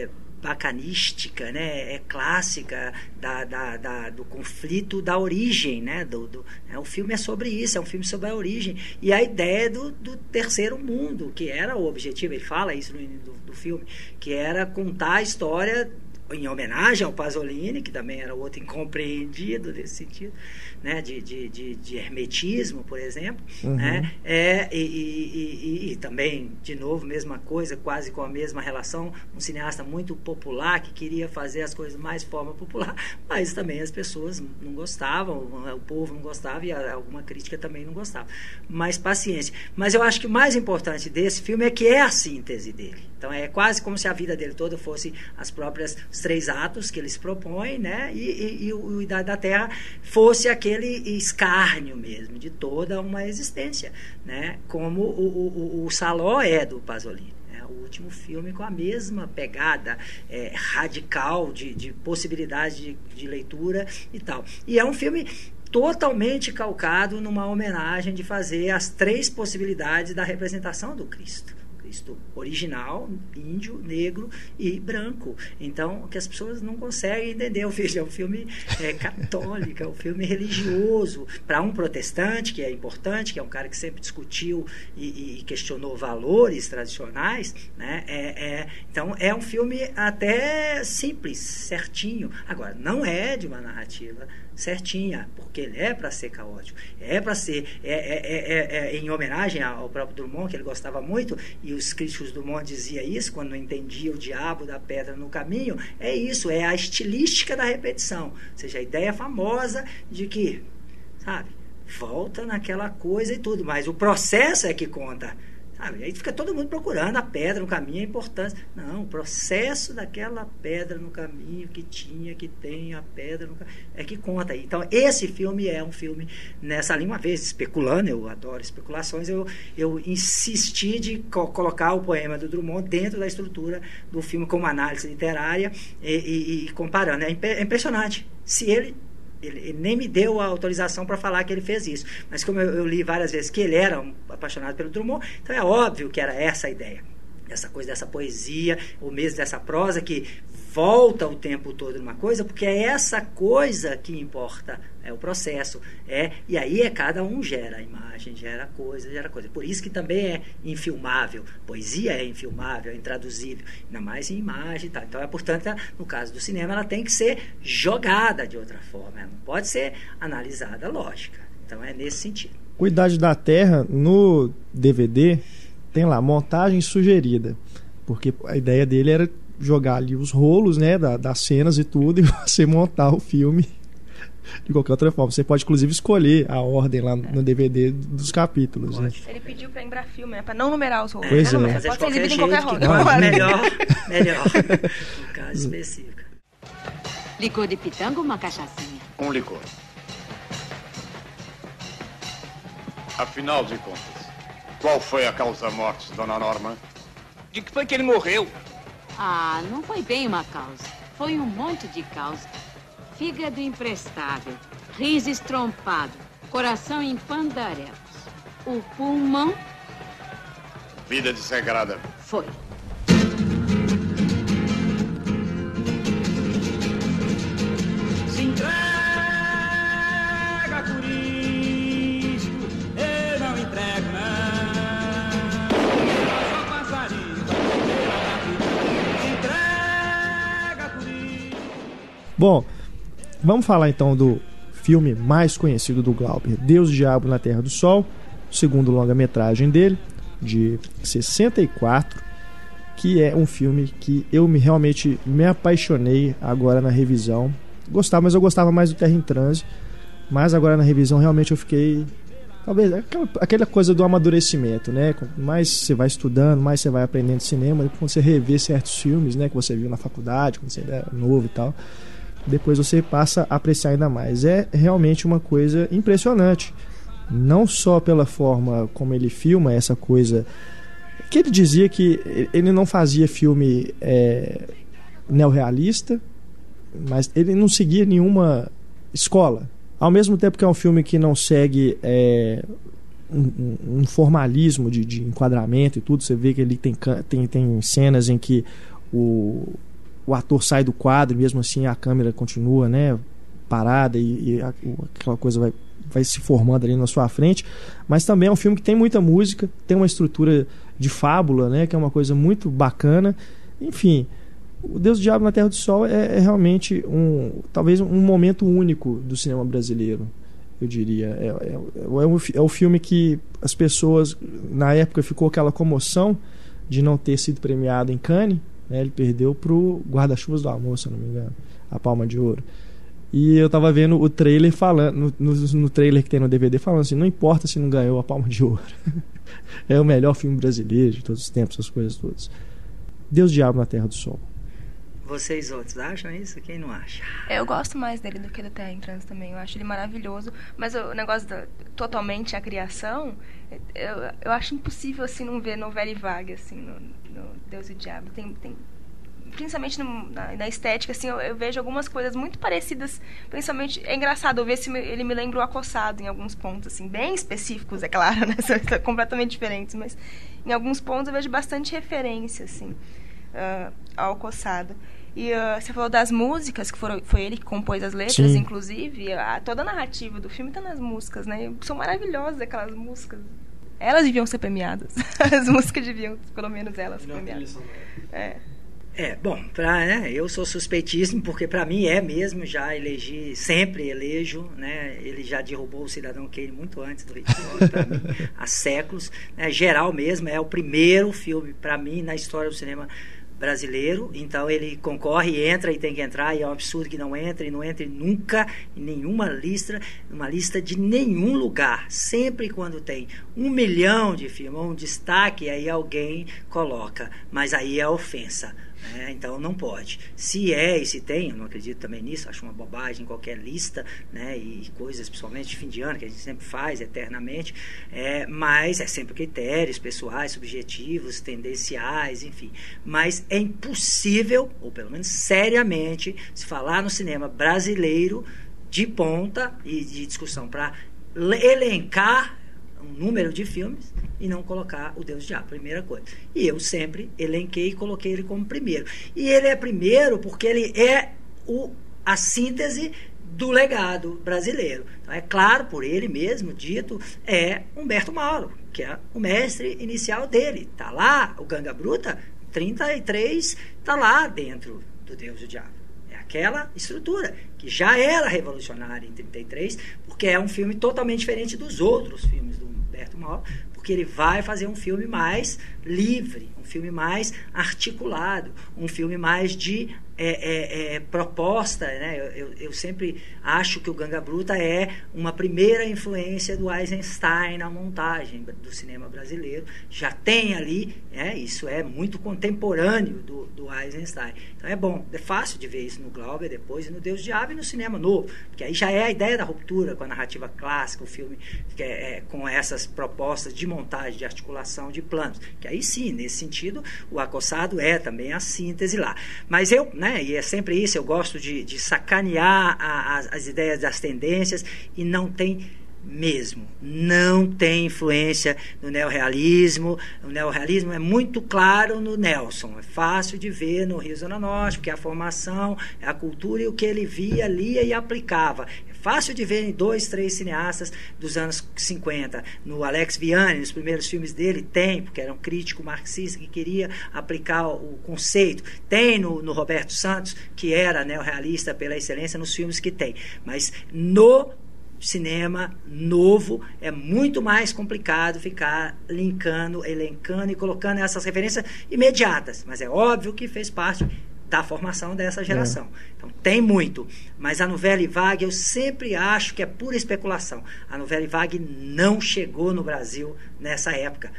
bacanística, né, é clássica da, da, da, do conflito da origem, né, do, do, é, o filme é sobre isso, é um filme sobre a origem e a ideia do, do terceiro mundo, que era o objetivo, ele fala isso no início do, do filme, que era contar a história em homenagem ao Pasolini, que também era outro incompreendido nesse sentido, né, de, de, de, de hermetismo, por exemplo, uhum. né, é, e, e, e, e também, de novo, mesma coisa, quase com a mesma relação, um cineasta muito popular, que queria fazer as coisas mais de forma popular, mas também as pessoas não gostavam, o povo não gostava e alguma crítica também não gostava. Mas paciência. Mas eu acho que o mais importante desse filme é que é a síntese dele. Então é quase como se a vida dele toda fosse as próprias os três atos que ele se propõe, né? E, e, e o Idade da Terra fosse aquele escárnio mesmo de toda uma existência, né? Como o, o, o Saló é do Pasolini. Né? O último filme com a mesma pegada é, radical de, de possibilidade de, de leitura e tal. E é um filme totalmente calcado numa homenagem de fazer as três possibilidades da representação do Cristo. Cristo original, índio, negro e branco. Então, o que as pessoas não conseguem entender, eu vejo, é um filme é, católico, é um filme religioso. Para um protestante, que é importante, que é um cara que sempre discutiu e, e questionou valores tradicionais, né? É, é, então, é um filme até simples, certinho. Agora, não é de uma narrativa certinha, porque ele é para ser caótico, é para ser é, é, é, é, em homenagem ao próprio Drummond, que ele gostava muito, e os críticos do Drummond diziam isso quando não entendia o diabo da pedra no caminho. É isso, é a estilística da repetição, ou seja, a ideia famosa de que, sabe, volta naquela coisa e tudo, mas o processo é que conta. Sabe? Aí fica todo mundo procurando a pedra no caminho, a importância. Não, o processo daquela pedra no caminho que tinha, que tem a pedra no caminho, é que conta. Então, esse filme é um filme nessa linha, uma vez especulando, eu adoro especulações, eu, eu insisti de co- colocar o poema do Drummond dentro da estrutura do filme como análise literária e, e, e comparando. É, imp- é impressionante. Se ele Ele, ele nem me deu a autorização para falar que ele fez isso. Mas como eu, eu li várias vezes que ele era um apaixonado pelo Drummond, então é óbvio que era essa a ideia. Essa coisa dessa poesia, ou mesmo dessa prosa que volta o tempo todo numa coisa, porque é essa coisa que importa, é o processo. É, e aí é cada um gera a imagem, gera coisa, gera coisa. Por isso que também é infilmável. Poesia é infilmável, é intraduzível, ainda mais em imagem e tal. Então, é, portanto, no caso do cinema, ela tem que ser jogada de outra forma. Ela não pode ser analisada, lógica. Então, é nesse sentido. O Idade da Terra, no D V D, tem lá, montagem sugerida. Porque a ideia dele era jogar ali os rolos, né, da, das cenas e tudo, e você montar o filme de qualquer outra forma. Você pode, inclusive, escolher a ordem lá no D V D dos capítulos. Né? Ele pediu para Embrafilme, né, para não numerar os rolos. Pois é. Não, Pode ser exibido em qualquer jeito, roda. que melhor, melhor. No caso específico. Licor de pitanga ou uma cachaçinha? Um licor. Afinal de contas, qual foi a causa-morte, dona Norma? De que foi que ele morreu? Ah, não foi bem uma causa. Foi um monte de causa. Fígado imprestável, rins estrompado, coração em pandarelos. O pulmão... Vida desregrada. Foi. Se entrega a Cristo, eu não entrego não. Só passarinho se entrega a Cristo. Bom, vamos falar então do filme mais conhecido do Glauber, Deus e Diabo na Terra do Sol, o segundo longa-metragem dele, de sessenta e quatro, que é um filme que eu me, realmente me apaixonei agora na revisão. Gostava, mas eu gostava mais do Terra em Transe, mas agora na revisão realmente eu fiquei, talvez, aquela, aquela coisa do amadurecimento, né? Quanto mais você vai estudando, mais você vai aprendendo cinema, quando você revê certos filmes, né, que você viu na faculdade, quando você era novo e tal, depois você passa a apreciar ainda mais. É realmente uma coisa impressionante, não só pela forma como ele filma essa coisa, que ele dizia que ele não fazia filme é, neorrealista, mas ele não seguia nenhuma escola, ao mesmo tempo que é um filme que não segue é, um, um formalismo de, de enquadramento e tudo. Você vê que ele tem, tem, tem cenas em que o o ator sai do quadro, mesmo assim a câmera continua, né, parada e, e a, aquela coisa vai, vai se formando ali na sua frente. Mas também é um filme que tem muita música, tem uma estrutura de fábula, né, que é uma coisa muito bacana. Enfim, O Deus, o Diabo na Terra do Sol é, é realmente um, talvez um momento único do cinema brasileiro, eu diria. É, é, é, o, é o filme que as pessoas, na época, ficou aquela comoção de não ter sido premiado em Cannes, né? Ele perdeu pro Guarda-Chuvas do Amor, se eu não me engano, a Palma de Ouro. E eu tava vendo o trailer falando, no, no, no trailer que tem no D V D, falando assim, não importa se não ganhou a Palma de Ouro. É o melhor filme brasileiro de todos os tempos, essas coisas todas. Deus, o Diabo na Terra do Sol. Vocês outros acham isso? Quem não acha? Eu gosto mais dele do que do Terra em Trânsito também. Eu acho ele maravilhoso. Mas o negócio da, totalmente a criação, eu, eu acho impossível assim não ver novela e vaga assim no, no Deus e o Diabo. Tem, tem principalmente no, na, na estética, assim, eu, eu vejo algumas coisas muito parecidas. Principalmente é engraçado eu ver se ele me lembra o Acossado em alguns pontos, assim, bem específicos, é claro, né? São completamente diferentes, mas em alguns pontos eu vejo bastante referência, assim, uh, ao Acossado. E uh, você falou das músicas, que foram, foi ele que compôs as letras, Sim. inclusive. A, toda a narrativa do filme está nas músicas, né? São maravilhosas aquelas músicas. Elas deviam ser premiadas. As músicas deviam, pelo menos elas, ser premiadas. É. É, bom, pra, né, eu sou suspeitíssimo, porque para mim é mesmo, já elegi, sempre elejo, né? Ele já derrubou o Cidadão Kane muito antes do Hitchcock, para mim, há séculos. Né, geral mesmo, é o primeiro filme, para mim, na história do cinema brasileiro, então ele concorre e entra e tem que entrar, e é um absurdo que não entre, e não entre nunca em nenhuma lista, numa lista de nenhum lugar. Sempre quando tem um milhão de filmes, um destaque, aí alguém coloca, mas aí é ofensa. É, então não pode. Se é e se tem, eu não acredito também nisso, acho uma bobagem qualquer lista, né, e coisas, principalmente de fim de ano, que a gente sempre faz eternamente, é, mas é sempre critérios pessoais, subjetivos, tendenciais, enfim. Mas é impossível, ou pelo menos seriamente, se falar no cinema brasileiro de ponta e de discussão para elencar um número de filmes e não colocar o Deus Diabo, primeira coisa. E eu sempre elenquei e coloquei ele como primeiro. E ele é primeiro porque ele é o, a síntese do legado brasileiro. Então, é claro, por ele mesmo dito, é Humberto Mauro, que é o mestre inicial dele. Está lá, o Ganga Bruta, trinta e três, está lá dentro do Deus e o Diabo. É aquela estrutura que já era revolucionária em trinta e três, porque é um filme totalmente diferente dos outros filmes do Humberto Mauro, porque ele vai fazer um filme mais livre, um filme mais articulado, um filme mais de é, é, é, proposta, né? Eu, eu, eu sempre acho que o Ganga Bruta é uma primeira influência do Eisenstein na montagem do cinema brasileiro. Já tem ali, né? Isso é muito contemporâneo do, do Eisenstein. Então é bom, é fácil de ver isso no Glauber depois e no Deus Diabo e no cinema novo, porque aí já é a ideia da ruptura com a narrativa clássica, o filme que é, é, com essas propostas de montagem, de articulação de planos, que aí sim, nesse sentido, o Acossado é também a síntese lá. Mas eu, né, e é sempre isso, eu gosto de, de sacanear a, as, as ideias das tendências, e não tem mesmo, não tem influência no neorrealismo. O neorrealismo é muito claro no Nelson, é fácil de ver no Rio Zona Norte, porque a formação, a cultura e o que ele via, lia e aplicava. É fácil de ver em dois, três cineastas dos anos cinquenta. No Alex Vianney, nos primeiros filmes dele, tem, porque era um crítico marxista que queria aplicar o conceito. Tem no, no Roberto Santos, que era neorrealista pela excelência nos filmes que tem. Mas no cinema novo é muito mais complicado ficar linkando, elencando e colocando essas referências imediatas, mas é óbvio que fez parte da formação dessa geração. É. Então tem muito, mas a Nouvelle Vague eu sempre acho que é pura especulação. A Nouvelle Vague não chegou no Brasil nessa época.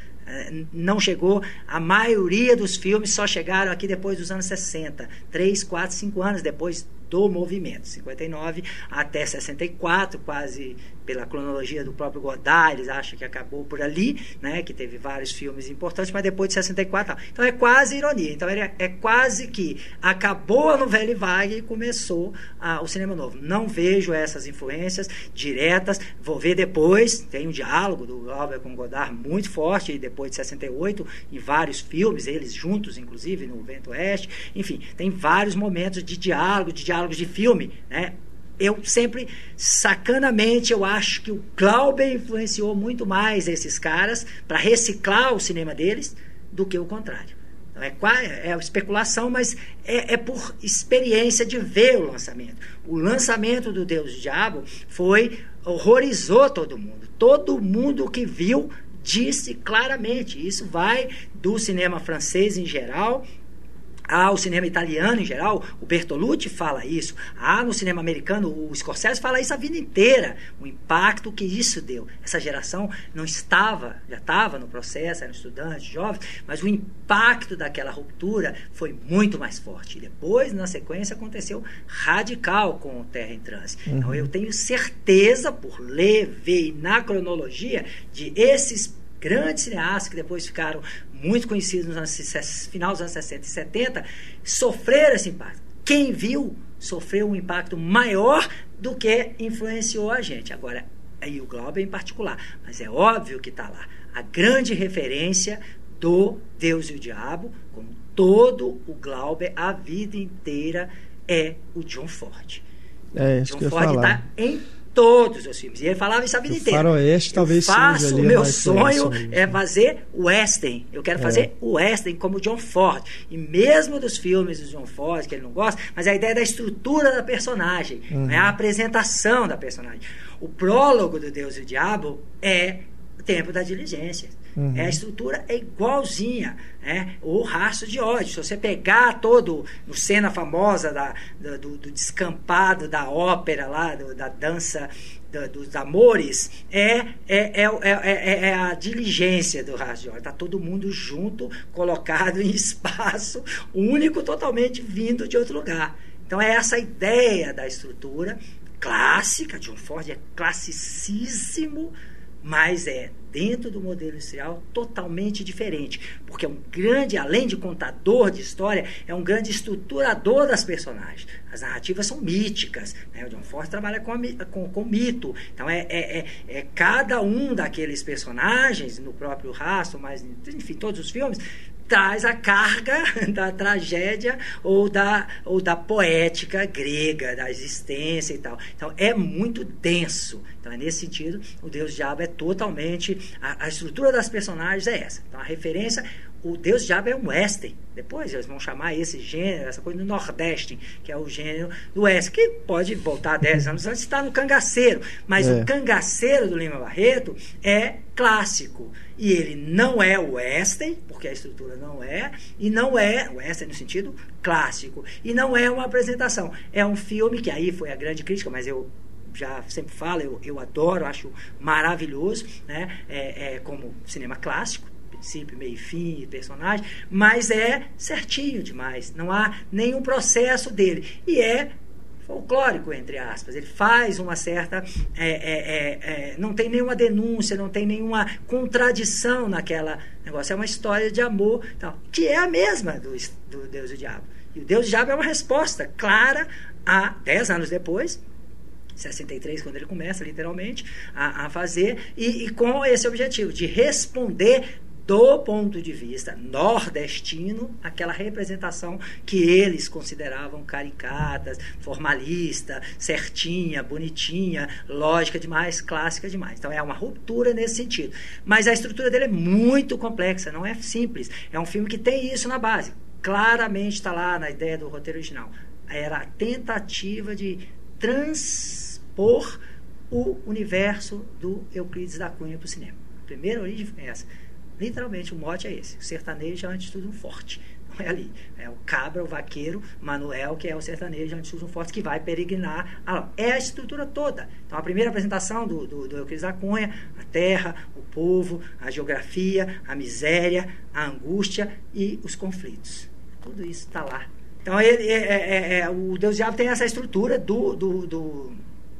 Não chegou, a maioria dos filmes só chegaram aqui depois dos anos sessenta, três, quatro, cinco anos depois do movimento, cinquenta e nove até sessenta e quatro, quase pela cronologia do próprio Godard, eles acham que acabou por ali, né, que teve vários filmes importantes, mas depois de sessenta e quatro, não. Então é quase ironia, então é, é quase que acabou a novela vaga e começou a, o cinema novo. Não vejo essas influências diretas, vou ver depois, tem um diálogo do Glauber com Godard muito forte, e depois de sessenta e oito, em vários filmes, eles juntos, inclusive, no Vento Oeste, enfim, tem vários momentos de diálogo, de diálogos de filme, né? Eu sempre, sacanamente, eu acho que o Glauber influenciou muito mais esses caras para reciclar o cinema deles do que o contrário. Então, é, é especulação, mas é, é por experiência de ver o lançamento. O lançamento do Deus e o Diabo foi, horrorizou todo mundo. Todo mundo que viu disse claramente. Isso vai do cinema francês em geral ao cinema italiano em geral. O Bertolucci fala isso. Ah, no cinema americano, o Scorsese fala isso a vida inteira. O impacto que isso deu. Essa geração não estava, já estava no processo, eram estudantes, jovens, mas o impacto daquela ruptura foi muito mais forte. E depois, na sequência, aconteceu radical com o Terra em Transe. Uhum. Então, eu tenho certeza, por ler, ver e na cronologia, de esses grandes cineastas que depois ficaram muito conhecidos nos final dos anos sessenta e setenta, sofreram esse impacto. Quem viu sofreu um impacto maior do que influenciou a gente. Agora, aí o Glauber em particular, mas é óbvio que está lá a grande referência do Deus e o Diabo, como todo o Glauber a vida inteira é o John Ford. É isso John que eu Ford está em todos os filmes. E ele falava isso a vida o inteira. Faroeste talvez faço, seja o ali meu mais sonho mesmo. é fazer western. Eu quero é. fazer western como John Ford. E mesmo dos filmes do John Ford, que ele não gosta, mas a ideia da estrutura da personagem, uhum. né, a apresentação da personagem. O prólogo do Deus e o Diabo é o Tempo da Diligência. Uhum. É, a estrutura é igualzinha, né? O Rastro de Ódio. Se você pegar todo, no cena famosa da, do, do descampado da ópera lá, do, da dança do, dos amores, é, é, é, é, é a diligência do Rastro de Ódio. Está todo mundo junto, colocado em espaço único, totalmente vindo de outro lugar. Então é essa ideia da estrutura clássica. John Ford é classicíssimo, mas é, dentro do modelo industrial, totalmente diferente, porque é um grande, além de contador de história, é um grande estruturador das personagens. As narrativas são míticas, né? O John Ford trabalha com, a, com, com mito, então é, é, é, é cada um daqueles personagens, no próprio Rastro, mas enfim, todos os filmes, traz a carga da tragédia ou da, ou da poética grega, da existência e tal. Então, é muito denso. Então, é nesse sentido, o Deus Diabo é totalmente... A, a estrutura das personagens é essa. Então, a referência... O Deus Diabo é um western. Depois eles vão chamar esse gênero, essa coisa do Nordeste, que é o gênero do western, que pode voltar dez anos antes, está no Cangaceiro. Mas é. O Cangaceiro do Lima Barreto é clássico. E ele não é o western, porque a estrutura não é, e não é western no sentido clássico. E não é uma apresentação. É um filme que aí foi a grande crítica, mas eu já sempre falo, eu, eu adoro, acho maravilhoso, né? é, é como cinema clássico, princípio, meio e fim, personagem, mas é certinho demais, não há nenhum processo dele, e é folclórico, entre aspas, ele faz uma certa é, é, é, é, não tem nenhuma denúncia, não tem nenhuma contradição naquela negócio, é uma história de amor, então, que é a mesma do, do Deus e o Diabo, e o Deus e o Diabo é uma resposta clara a dez anos depois, sessenta e três, quando ele começa literalmente a, a fazer, e, e com esse objetivo de responder do ponto de vista nordestino, aquela representação que eles consideravam caricatas, formalista, certinha, bonitinha, lógica demais, clássica demais. Então é uma ruptura nesse sentido. Mas a estrutura dele é muito complexa, não é simples. É um filme que tem isso na base. Claramente está lá na ideia do roteiro original. Era a tentativa de transpor o universo do Euclides da Cunha para o cinema. A primeira origem foi essa. Literalmente, o mote é esse. O sertanejo é, antes de tudo, um forte. Não é ali. É o cabra, o vaqueiro, Manuel, que é o sertanejo, antes de tudo, um forte, que vai peregrinar. Ah, é a estrutura toda. Então, a primeira apresentação do, do, do Euclides da Cunha, a terra, o povo, a geografia, a miséria, a angústia e os conflitos. Tudo isso está lá Então, ele, é, é, é, o Deus Diabo tem essa estrutura do, do, do,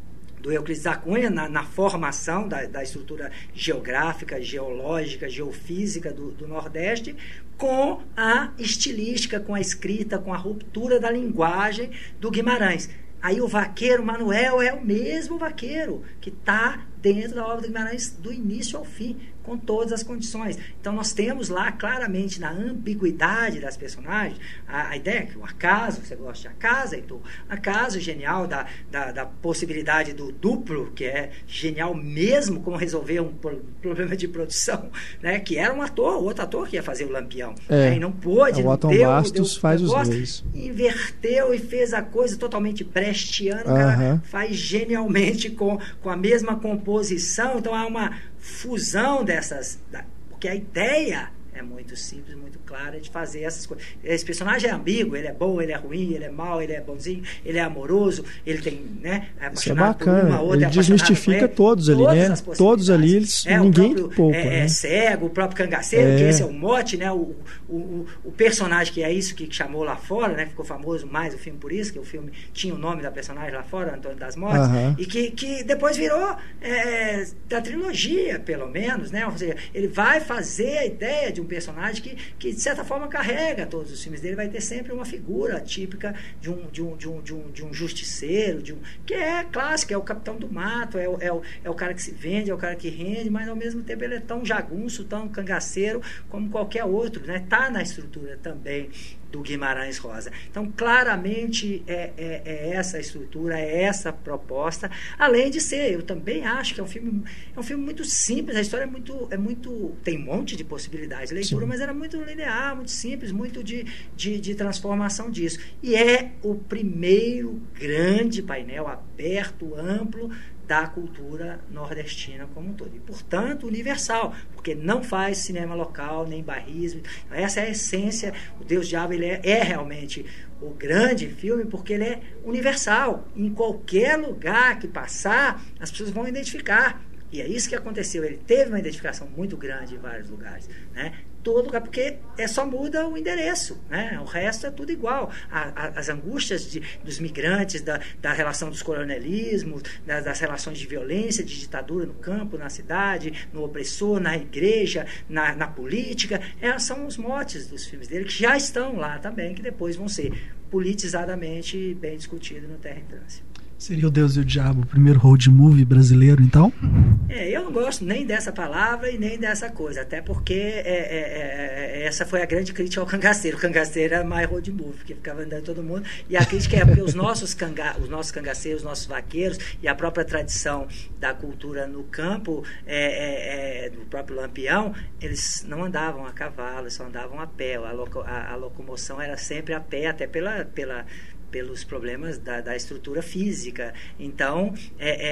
do Euclides da Cunha na, na formação da, da estrutura geográfica, geológica, geofísica do, do Nordeste, com a estilística, com a escrita, com a ruptura da linguagem do Guimarães. Aí o vaqueiro Manuel é o mesmo vaqueiro que está dentro da obra do Guimarães do início ao fim, com todas as condições. Então nós temos lá claramente na ambiguidade das personagens a, a ideia que o acaso, você gosta de acaso, Heitor, acaso genial da, da, da possibilidade do duplo, que é genial mesmo como resolver um pro, problema de produção, né? Que era um ator, outro ator que ia fazer o Lampião, é, né? E não pôde, o não Otton deu, Bastos deu, faz deu, os gosta, dois. Inverteu e fez a coisa totalmente brechtiana, o uh-huh. cara faz genialmente com, com a mesma composição. Então há uma fusão dessas, da, porque a ideia é muito simples, muito clara de fazer essas coisas. Esse personagem é ambíguo, ele é bom, ele é ruim, ele é mau, ele é bonzinho, ele é amoroso, ele tem, né, é isso é bacana, por uma, outra, ele é desmistifica ele, todos ali, né? Todos ali, eles, é, ninguém próprio, poupa, é, né? é cego, o próprio cangaceiro, é. que esse é o mote, né? O, o, o, o personagem que é isso que chamou lá fora, né? Ficou famoso mais o filme por isso, que o filme tinha o nome da personagem lá fora, Antônio das Mortes, uh-huh. e que, que depois virou é, da trilogia, pelo menos, né? Ou seja, ele vai fazer a ideia de um personagem que que de certa forma carrega todos os filmes dele, vai ter sempre uma figura típica de um, de um, de um, de um, de um justiceiro, de um, que é clássico, é o capitão do mato, é o, é, o, é o cara que se vende, é o cara que rende, mas ao mesmo tempo ele é tão jagunço, tão cangaceiro como qualquer outro, né? Tá na estrutura também do Guimarães Rosa. Então, claramente é, é, é essa a estrutura, é essa a proposta, além de ser, eu também acho que é um filme, é um filme muito simples, a história é muito, é muito tem um monte de possibilidades de leitura, Sim. mas era muito linear, muito simples, muito de, de, de transformação disso. E é o primeiro grande painel aberto, amplo, da cultura nordestina como um todo. E, portanto, universal, porque não faz cinema local, nem barrismo. Essa é a essência. O Deus Diabo ele é, é realmente o grande filme, porque ele é universal. Em qualquer lugar que passar, as pessoas vão identificar. E é isso que aconteceu. Ele teve uma identificação muito grande em vários lugares, né? Todo lugar, porque é só muda o endereço, né? O resto é tudo igual. A, a, as angústias de, dos migrantes, da, da relação dos colonialismos, das, das relações de violência, de ditadura no campo, na cidade, no opressor, na igreja, na, na política, é, são os motes dos filmes dele, que já estão lá também, que depois vão ser politizadamente bem discutidos no Terra em Trânsito. Seria o Deus e o Diabo o primeiro road movie brasileiro, então? É, eu não gosto nem dessa palavra e nem dessa coisa, até porque é, é, é, essa foi a grande crítica ao cangaceiro. O cangaceiro era mais road movie, porque ficava andando todo mundo, e a crítica é porque os nossos, canga, os nossos cangaceiros, os nossos vaqueiros e a própria tradição da cultura no campo, é, é, é, do próprio Lampião, eles não andavam a cavalo, só andavam a pé, a, loco, a, a locomoção era sempre a pé, até pela... pela pelos problemas da, da estrutura física. Então, é, é,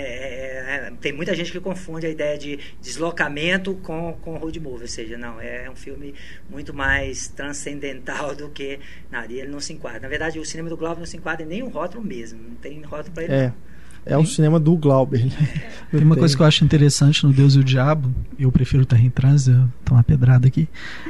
é, é, tem muita gente que confunde a ideia de deslocamento com, com road movie, ou seja, não, é um filme muito mais transcendental do que... Não, ele não se enquadra. Na verdade, o cinema do Glauber não se enquadra em nenhum rótulo mesmo, não tem rótulo para ele. É. Não. É um cinema do Glauber. Tem uma coisa que eu acho interessante no Deus e o Diabo, eu prefiro Terra em Trânsito, eu tô uma pedrada aqui,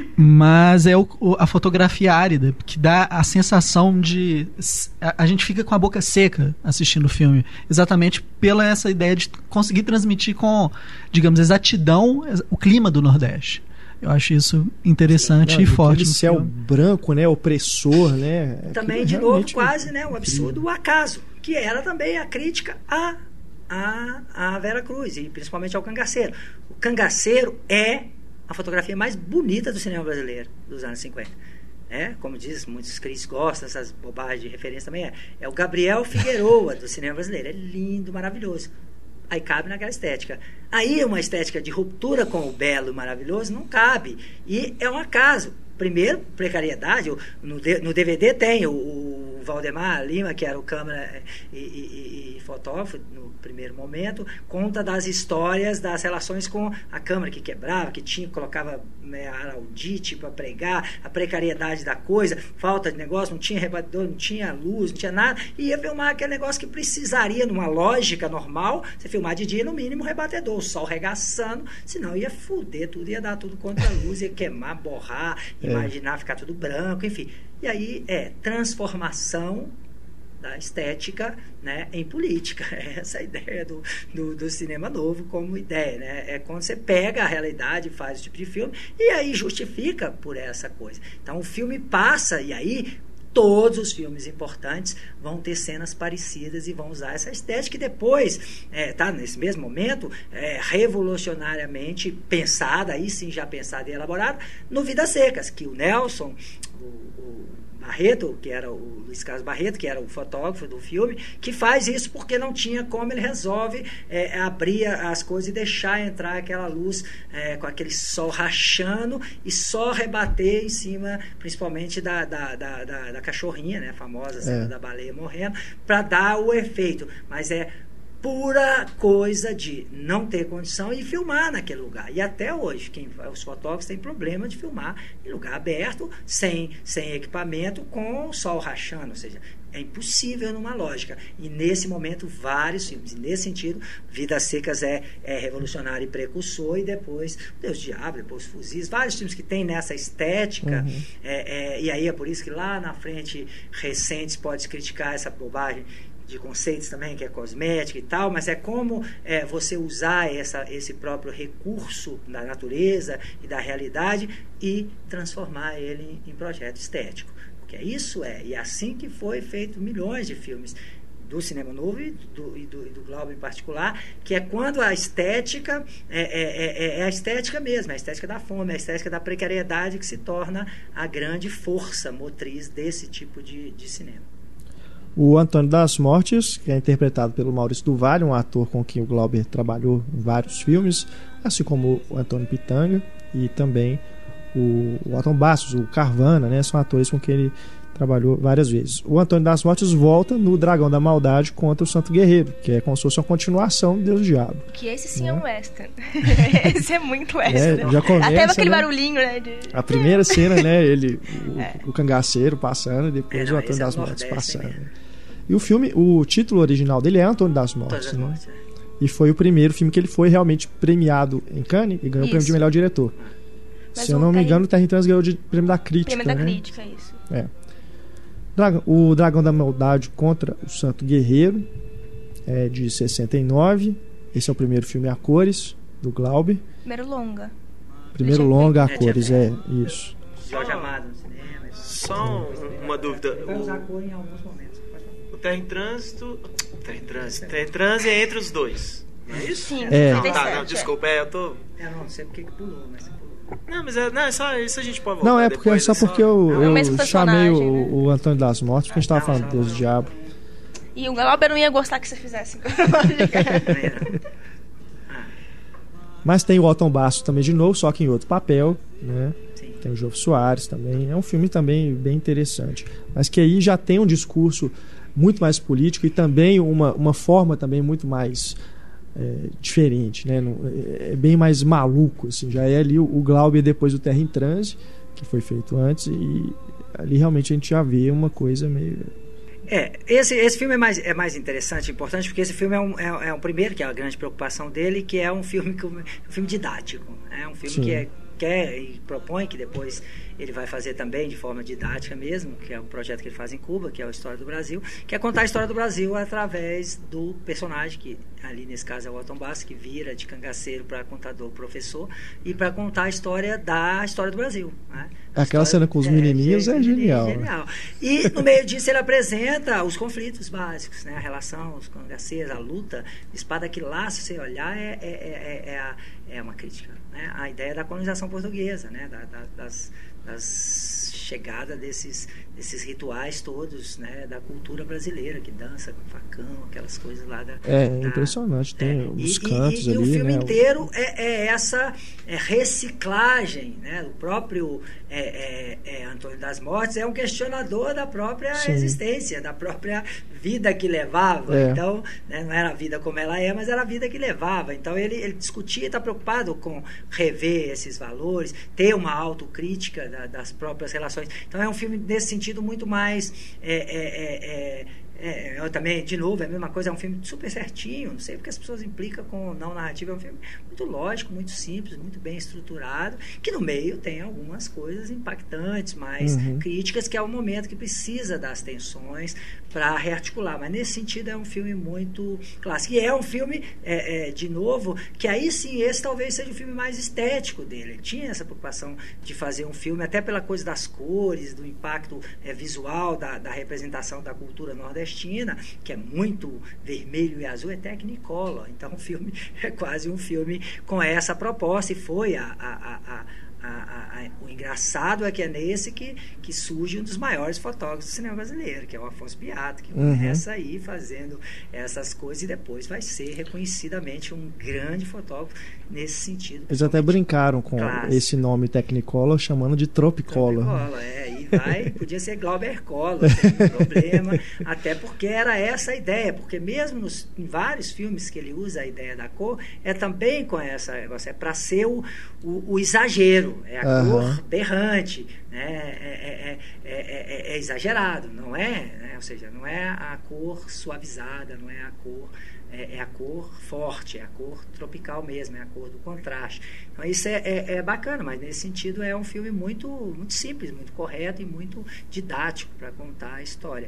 mas é o, a fotografia árida, que dá a sensação de... A, a gente fica com a boca seca assistindo o filme, exatamente pela essa ideia de conseguir transmitir com, digamos, exatidão o clima do Nordeste. Eu acho isso interessante. Não, e forte. Aquele céu branco, né, opressor, né? Também, Aquilo de novo, quase, né, um absurdo, o acaso, que era também a crítica a, a, a Vera Cruz, e principalmente ao cangaceiro. O cangaceiro é a fotografia mais bonita do cinema brasileiro dos anos cinquenta. É, como diz, muitos críticos gostam dessas bobagens de referência também. É, é o Gabriel Figueroa do cinema brasileiro. É lindo, maravilhoso. Aí cabe naquela estética. Aí uma estética de ruptura com o belo e maravilhoso não cabe. E é um acaso. Primeiro, precariedade. No, no D V D tem o, o Valdemar Lima, que era o câmera e, e, e fotógrafo no primeiro momento, conta das histórias das relações com a câmera que quebrava, que tinha, colocava, né, araudite para pregar, a precariedade da coisa, falta de negócio, não tinha rebatedor, não tinha luz, não tinha nada, e ia filmar aquele negócio que precisaria, numa lógica normal, você filmar de dia, no mínimo, rebatedor, o sol regaçando, senão ia foder tudo, ia dar tudo contra a luz, ia queimar, borrar, é. imaginar ficar tudo branco, enfim. E aí é transformação da estética, né, em política. Essa é a ideia do, do, do cinema novo como ideia, né? É quando você pega a realidade e faz esse tipo de filme e aí justifica por essa coisa. Então o filme passa e aí todos os filmes importantes vão ter cenas parecidas e vão usar essa estética, e depois, é, tá, nesse mesmo momento, é, revolucionariamente pensada, aí sim já pensada e elaborada, no Vidas Secas, que o Nelson, o, o Barreto, que era o Luiz Carlos Barreto, que era o fotógrafo do filme, que faz isso porque não tinha como, ele resolve é, abrir as coisas e deixar entrar aquela luz é, com aquele sol rachando e só rebater em cima, principalmente da, da, da, da, da cachorrinha, né, a famosa cena é. da baleia morrendo, para dar o efeito. Mas é pura coisa de não ter condição e filmar naquele lugar. E até hoje, quem, os fotógrafos têm problema de filmar em lugar aberto, sem, sem equipamento, com o sol rachando. Ou seja, é impossível numa lógica. E nesse momento, vários filmes. E nesse sentido, Vidas Secas é, é revolucionário e precursor, e depois Deus Diabo, depois Fuzis, vários filmes que tem nessa estética. Uhum. É, é, e aí é por isso que lá na frente, recentes, pode criticar essa bobagem de conceitos também, que é cosmética e tal, mas é como é, você usar essa, esse próprio recurso da natureza e da realidade e transformar ele em, em projeto estético. Porque isso é, e é assim que foi feito milhões de filmes do cinema novo e do, e do, e do Glauber em particular, que é quando a estética é, é, é, é a estética mesmo, é a estética da fome, é a estética da precariedade que se torna a grande força motriz desse tipo de, de cinema. O Antônio das Mortes, que é interpretado pelo Maurício do Vale, um ator com quem o Glauber trabalhou em vários filmes, assim como o Antônio Pitanga e também o, o Alton Bastos, o Carvana, né? São atores com quem ele trabalhou várias vezes. O Antônio das Mortes volta no Dragão da Maldade contra o Santo Guerreiro, que é como se fosse uma continuação do Deus do Diabo. Que esse sim, né? É um western. Esse é muito É, western. já começa, até aquele né? barulhinho, né? De... A primeira cena, né? Ele, o, é. o cangaceiro passando, e depois é, não, o Antônio das é Mortes passando. Mesmo. E o filme, o título original dele é Antônio das Mortes, né? Mortes, é. E foi o primeiro filme que ele foi realmente premiado em Cannes e ganhou isso. o prêmio de melhor diretor. Mas Se eu não me engano, o Terra em Trans ganhou o prêmio da crítica. Prêmio da né? crítica, isso. É. O Dragão da Maldade contra o Santo Guerreiro, é de sessenta e nove. Esse é o primeiro filme a cores do Glauber. Primeiro longa. Primeiro longa a é, cores, é, isso. Jorge Amado no cinema. Só uma dúvida. Vai usar a cor em alguns momentos. O Terra em Trânsito. Terra em Trânsito. Terra em Trânsito é entre os dois. Não é isso? Sim, é. Não, tá, não, desculpa, é, eu tô. É, não, não sei porque que pulou, mas você pulou. Não, mas é, não, é só isso, a gente pode voltar. Não, é porque, depois, só é só porque eu, não, eu chamei o, né? o Antônio das Mortes, porque a gente tava falando de Deus do Diabo. E o Glauber não ia gostar que você fizesse. Mas tem o Alton Bastos também de novo, só que em outro papel, né? Sim. Tem o Jô Soares também. É um filme também bem interessante. Mas que aí já tem um discurso muito mais político e também uma, uma forma também muito mais é, diferente, né? É bem mais maluco, assim. Já é ali o, o Glauber depois do Terra em Transe, que foi feito antes, e ali realmente a gente já vê uma coisa meio... É, esse, esse filme é mais, é mais interessante, importante, porque esse filme é um, é, é um primeiro, que é a grande preocupação dele, que é um filme, que, um filme didático. É um filme Sim. que é, quer e propõe que depois ele vai fazer também de forma didática mesmo, que é um projeto que ele faz em Cuba, que é a História do Brasil, que é contar a história do Brasil através do personagem, que ali nesse caso é o Alton Bastos, que vira de cangaceiro para contador, professor, e para contar a história da história do Brasil, né? Aquela cena com os menininhos é, é genial. genial. E no meio disso ele apresenta os conflitos básicos, né? A relação, os cangaceiros, a luta, espada que lá, se você olhar, é, é, é, é, a, é uma crítica, né? A ideia da colonização portuguesa, né? Da, da, das, das chegada desses, desses rituais todos, né? Da cultura brasileira, que dança com facão, aquelas coisas lá da... É, da, impressionante, tem é, os e, cantos e, e ali, o filme né? inteiro é, é essa é reciclagem, né? O próprio é, é, é, Antônio das Mortes é um questionador da própria Sim. existência, da própria vida que levava. É. Então, né, não era a vida como ela é, mas era a vida que levava. Então, ele, ele discutia, está preocupado com rever esses valores, ter uma autocrítica da, das próprias relações. Então, é um filme, nesse sentido, muito mais é, é, é, É, eu também, de novo, é a mesma coisa, é um filme super certinho, não sei porque as pessoas implicam com não narrativa, é um filme muito lógico, muito simples, muito bem estruturado, que no meio tem algumas coisas impactantes, mais uhum. críticas, que é o momento que precisa das tensões para rearticular, mas nesse sentido é um filme muito clássico, e é um filme, é, é, de novo, que aí sim, esse talvez seja o filme mais estético dele, ele tinha essa preocupação de fazer um filme, até pela coisa das cores, do impacto é, visual, da, da representação da cultura nordestina, que é muito vermelho e azul, é Technicolor. Então o filme é quase um filme com essa proposta, e foi a, a, a, a, a, a, o engraçado é que é nesse que, que surge um dos maiores fotógrafos do cinema brasileiro, que é o Afonso Beato, que uhum. começa aí fazendo essas coisas e depois vai ser reconhecidamente um grande fotógrafo nesse sentido. Eles até brincaram com clássico. Esse nome Technicolor, chamando de Tropicolor. Tropicolor, é, e vai, podia ser Glauber Collor, sem problema, até porque era essa a ideia, porque mesmo nos, em vários filmes que ele usa a ideia da cor, é também com essa negócio, é para ser o, o, o exagero, é a uhum. cor berrante, né? é, é, é, é, é exagerado, não é, né? Ou seja, não é a cor suavizada, não é a cor É, é a cor forte, é a cor tropical mesmo, é a cor do contraste. Então isso é, é, é bacana, mas nesse sentido é um filme muito, muito simples, muito correto e muito didático para contar a história.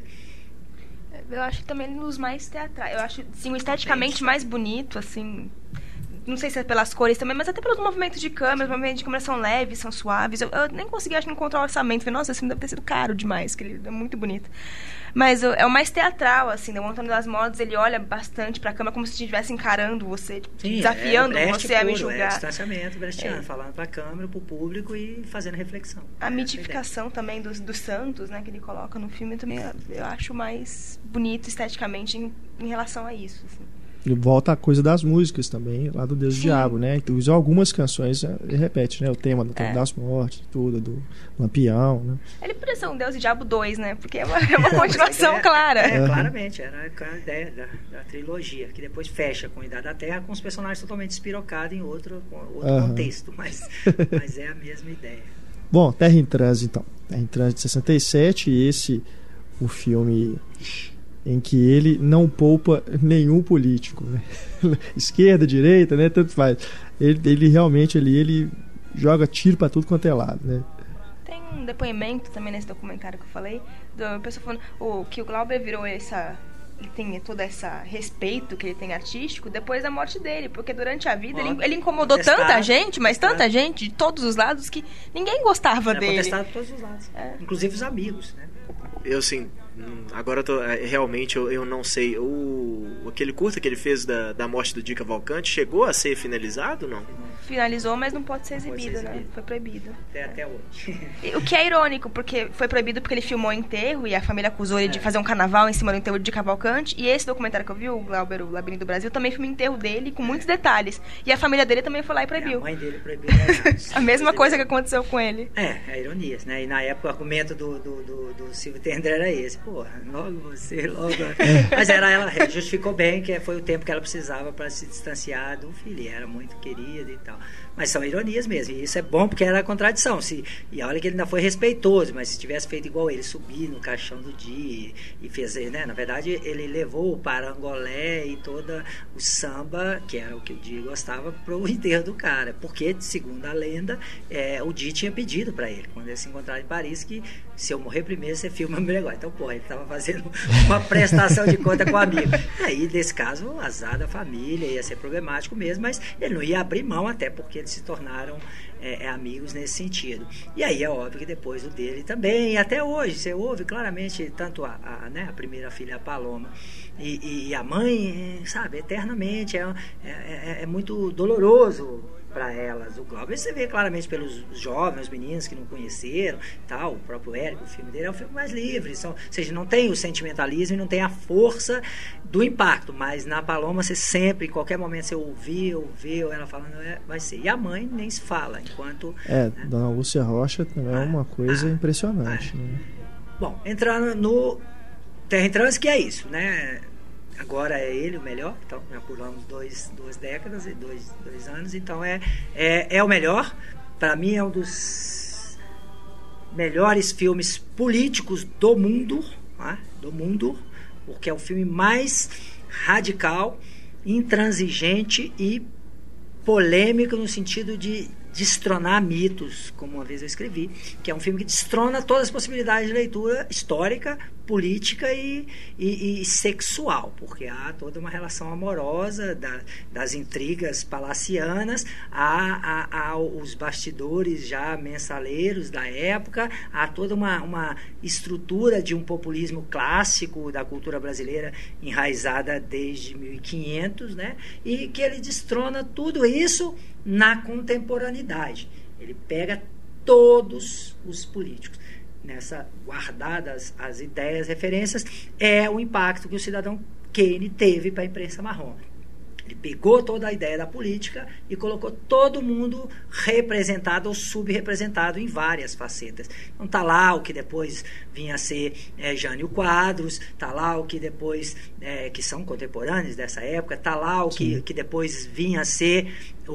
Eu acho também um dos mais teatrais. Eu acho, sim, esteticamente mais bonito, assim. Não sei se é pelas cores também, mas até pelos movimentos de câmera. Os movimentos de câmera são leves, são suaves. Eu, eu nem consegui, acho, encontrar o orçamento. Falei, nossa, esse filme deve ter sido caro demais, que ele é muito bonito. Mas é o mais teatral, assim, né? O Antônio das Modas, ele olha bastante pra câmera como se estivesse encarando você, tipo, sim, desafiando é, você a me julgar. É distanciamento brechtiano, é. falando pra câmera, pro público e fazendo reflexão. A mitificação também dos, dos santos, né, que ele coloca no filme, também eu acho mais bonito esteticamente em, em relação a isso, assim. E volta a coisa das músicas também, lá do Deus Sim. do Diabo, né? Então, algumas canções ele repete, né? O tema do Tempo é. das Mortes, tudo, do Lampião, né? Ele podia ser um Deus e Diabo dois, né? Porque é uma, é uma continuação é, clara. É, uhum. claramente, era a ideia da, da trilogia, que depois fecha com a Idade da Terra, com os personagens totalmente espirocados em outro, outro uhum. contexto, mas, mas é a mesma ideia. Bom, Terra em Trânsito, então. Terra em Trânsito de sessenta e sete, e esse, o filme em que ele não poupa nenhum político, né? Esquerda, direita, né? Tanto faz. Ele, ele realmente ali, ele joga tiro pra tudo quanto é lado, né? Tem um depoimento também nesse documentário que eu falei, do pessoal falando o, que o Glauber virou essa... Ele tem todo esse respeito que ele tem artístico depois da morte dele, porque durante a vida ele, ele incomodou tanta gente, mas tanta gente de todos os lados que ninguém gostava Era dele. Contestado de todos os lados, é. inclusive os amigos, né? Eu, assim, agora eu tô, realmente eu, eu não sei, o, aquele curta que ele fez da, da morte do Di Cavalcanti chegou a ser finalizado ou não? Finalizou, mas não pode ser exibido, pode ser exibido. né? Foi proibido. Até, até hoje. O que é irônico, porque foi proibido porque ele filmou o enterro e a família acusou ele é. de fazer um carnaval em cima do enterro de Cavalcanti. E esse documentário que eu vi, o Glauber, o Labirinto do Brasil, também filmou o enterro dele com muitos detalhes. E a família dele também foi lá e proibiu. É, a mãe dele proibiu. Né? A mesma coisa que aconteceu com ele. É, é ironias, né? E na época o argumento do, do, do, do Silvio Tendler era esse. Porra, logo você, logo... Mas era, ela justificou bem que foi o tempo que ela precisava para se distanciar do filho. E era muito querida e tal. Mas são ironias mesmo, e isso é bom porque era a contradição. Se, e olha que ele ainda foi respeitoso, mas se tivesse feito igual ele, subir no caixão do Di e fez, né? Na verdade, ele levou o parangolé e toda o samba, que era o que o Di gostava, pro enterro do cara. Porque, segundo a lenda, é, o Di tinha pedido para ele, quando eles se encontraram em Paris, que se eu morrer primeiro, você filma meu negócio. Então, pô, ele estava fazendo uma prestação de conta com o amigo. E aí, nesse caso, o azar da família ia ser problemático mesmo, mas ele não ia abrir mão, até porque eles se tornaram é, é, amigos nesse sentido. E aí é óbvio que depois o dele também, e até hoje, você ouve claramente tanto a, a, né, a primeira filha, a Paloma, e, e a mãe, sabe, eternamente, é, é, é muito doloroso para elas. O Glauber você vê claramente pelos jovens, os meninos que não conheceram, tal, o próprio Érico, o filme dele é um filme mais livre, são, ou seja, não tem o sentimentalismo e não tem a força do impacto, mas na Paloma você sempre, em qualquer momento você ouvir, ouvir, ou ela falando, é, vai ser. E a mãe nem se fala, enquanto... É, né, Dona Lúcia Rocha também ah, é uma coisa ah, impressionante. Ah, né? Bom, entrando no Terra em Trânsito, que é isso, né? Agora é ele o melhor, então já pulamos dois, duas décadas e dois, dois anos, então é, é, é o melhor. Para mim é um dos melhores filmes políticos do mundo, né? do mundo, porque é o filme mais radical, intransigente e polêmico no sentido de destronar mitos, como uma vez eu escrevi, que é um filme que destrona todas as possibilidades de leitura histórica, política e, e, e sexual, porque há toda uma relação amorosa da, das intrigas palacianas, há, há, há os bastidores já mensaleiros da época, há toda uma, uma estrutura de um populismo clássico da cultura brasileira enraizada desde mil e quinhentos, né? E que ele destrona tudo isso na contemporaneidade. Ele pega todos os políticos. Nessa guardadas as ideias, referências, é o impacto que o cidadão Kane teve para a imprensa marrom. Ele pegou toda a ideia da política e colocou todo mundo representado ou subrepresentado em várias facetas. Então está lá o que depois vinha a ser é, Jânio Quadros, está lá o que depois, é, que são contemporâneos dessa época, está lá o que, que depois vinha a ser o,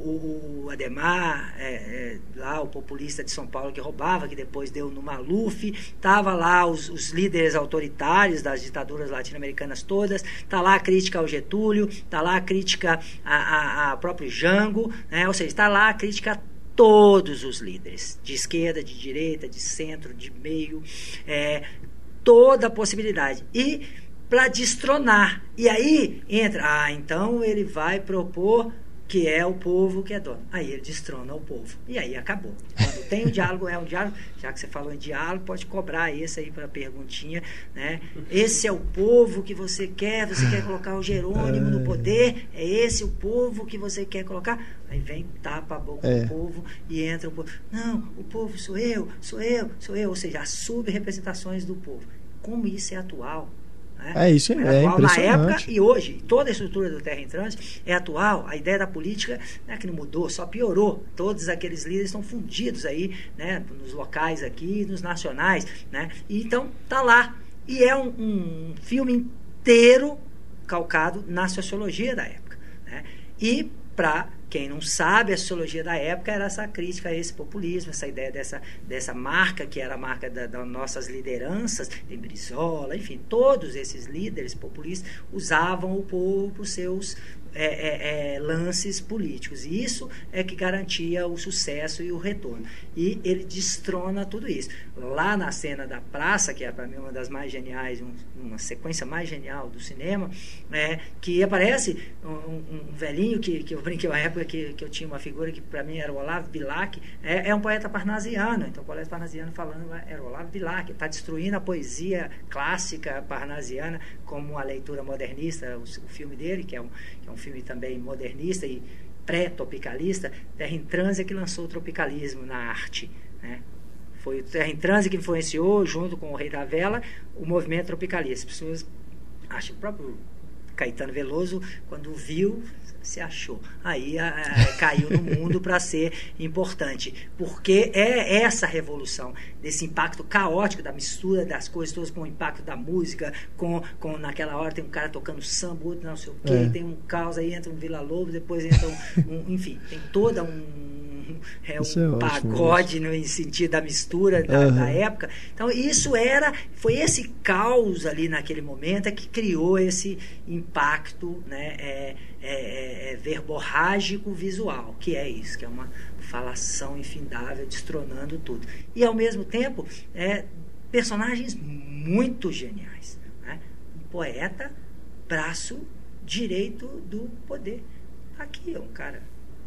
o, o Adhemar, é, é, lá o populista de São Paulo que roubava, que depois deu no Maluf, estava lá os, os líderes autoritários das ditaduras latino-americanas todas, está lá a crítica ao Getúlio, está lá a crítica a, a, a próprio Jango, né? Ou seja, está lá a crítica a todos os líderes, de esquerda, de direita, de centro, de meio, é, toda a possibilidade. E para destronar. E aí entra, ah, então ele vai propor que é o povo que é dono. Aí ele destrona o povo. E aí acabou. Quando tem o diálogo, é um diálogo. Já que você falou em diálogo, pode cobrar esse aí para a perguntinha, né? Esse é o povo que você quer, você quer colocar o Jerônimo no poder, é esse o povo que você quer colocar? Aí vem, tapa a boca é. do povo e entra o povo. Não, o povo sou eu, sou eu, sou eu. Ou seja, as sub-representações do povo. Como isso é atual? Né? É isso, é, é impressionante. Na época e hoje, toda a estrutura do Terra em Trânsito é atual. A ideia da política não é que não mudou, só piorou. Todos aqueles líderes estão fundidos aí, né, nos locais aqui, nos nacionais, né? E então tá lá. E é um, um filme inteiro calcado na sociologia da época, né? E para quem não sabe, a sociologia da época era essa crítica a esse populismo, essa ideia dessa, dessa marca, que era a marca da, das nossas lideranças, de Brizola, enfim, todos esses líderes populistas usavam o povo para os seus é, é, é, lances políticos. E isso é que garantia o sucesso e o retorno. E ele destrona tudo isso. Lá na cena da praça, que é para mim uma das mais geniais, um, uma sequência mais genial do cinema, é, que aparece um, um velhinho que, que eu brinquei uma época que, que eu tinha uma figura que para mim era o Olavo Bilac, é, é um poeta parnasiano. Então o poeta parnasiano falando era o Olavo Bilac, está destruindo a poesia clássica parnasiana como a leitura modernista, o, o filme dele, que é um, que é um filme também modernista e pré-tropicalista, Terra em Transe, que lançou o tropicalismo na arte, né? Foi o Terra em Transe que influenciou, junto com o Rei da Vela, o movimento tropicalista. As pessoas, acho que o próprio Caetano Veloso, quando viu, se achou. Aí a, a, caiu no mundo para ser importante. Porque é essa revolução, desse impacto caótico, da mistura das coisas todas, com o impacto da música, com, com naquela hora tem um cara tocando samba, outro não sei o quê, é. tem um caos, aí entra um Vila Lobos, depois entra um, um enfim, tem toda um é um é pagode no sentido da mistura da, uhum. da época. Então isso era, foi esse caos ali naquele momento é que criou esse impacto, né, é, é, é verborrágico visual, que é isso, que é uma falação infindável, destronando tudo. E ao mesmo tempo é, personagens muito geniais, né? Um poeta, braço direito do poder. Aqui é um cara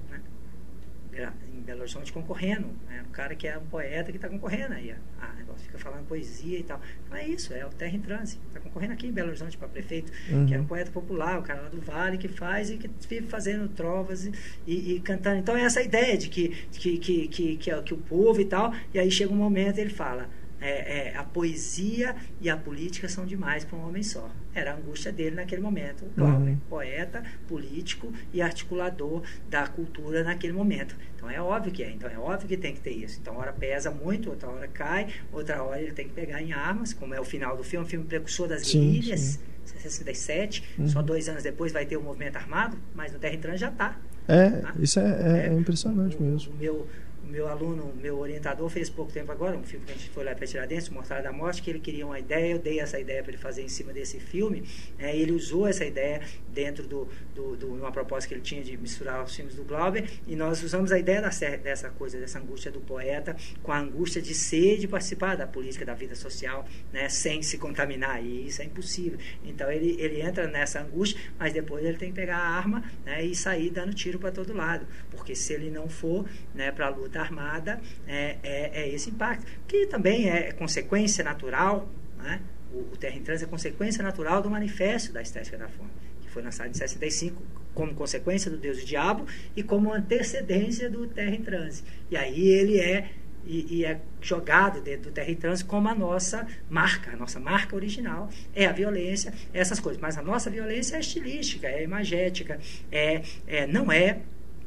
em Belo Horizonte concorrendo, né? Um cara que é um poeta que está concorrendo aí, ah, negócio fica falando poesia e tal, não é isso, é o Terra em Transe, está concorrendo aqui em Belo Horizonte para prefeito, uhum. que é um poeta popular, o cara lá do Vale que faz e que vive fazendo trovas e, e, e cantando. Então é essa ideia de que, que, que, que, que, é, que o povo e tal, e aí chega um momento ele fala, É, é, a poesia e a política são demais para um homem só. Era a angústia dele naquele momento. Glauber, uhum. poeta, político e articulador da cultura naquele momento. Então é óbvio que é. Então é óbvio que tem que ter isso. Então, uma hora pesa muito, outra hora cai, outra hora ele tem que pegar em armas, como é o final do filme, o filme precursor das guerrilhas, sessenta e sete, uhum. só dois anos depois vai ter o movimento armado, mas no Terra em Transe já está. É, tá? isso é, é, é impressionante o, mesmo. O meu meu aluno, meu orientador fez pouco tempo agora, um filme que a gente foi lá para Tiradentes, Mortalha da Morte, que ele queria uma ideia, eu dei essa ideia para ele fazer em cima desse filme, né, ele usou essa ideia dentro do, do, do, uma proposta que ele tinha de misturar os filmes do Glauber, e nós usamos a ideia da, dessa coisa, dessa angústia do poeta, com a angústia de ser e de participar da política, da vida social, né, sem se contaminar, e isso é impossível. Então ele, ele entra nessa angústia, mas depois ele tem que pegar a arma, né, e sair dando tiro para todo lado, porque se ele não for, né, para a luta armada, é, é, é esse impacto, que também é consequência natural, né? o, o Terra em Transe é consequência natural do Manifesto da Estética da Fome, que foi lançado em sessenta e cinco como consequência do Deus e o Diabo e como antecedência do Terra em Transe, e aí ele é E, e é jogado dentro do Terra em Transe como a nossa marca, a nossa marca original é a violência, essas coisas, mas a nossa violência é estilística, é imagética, é, é, não é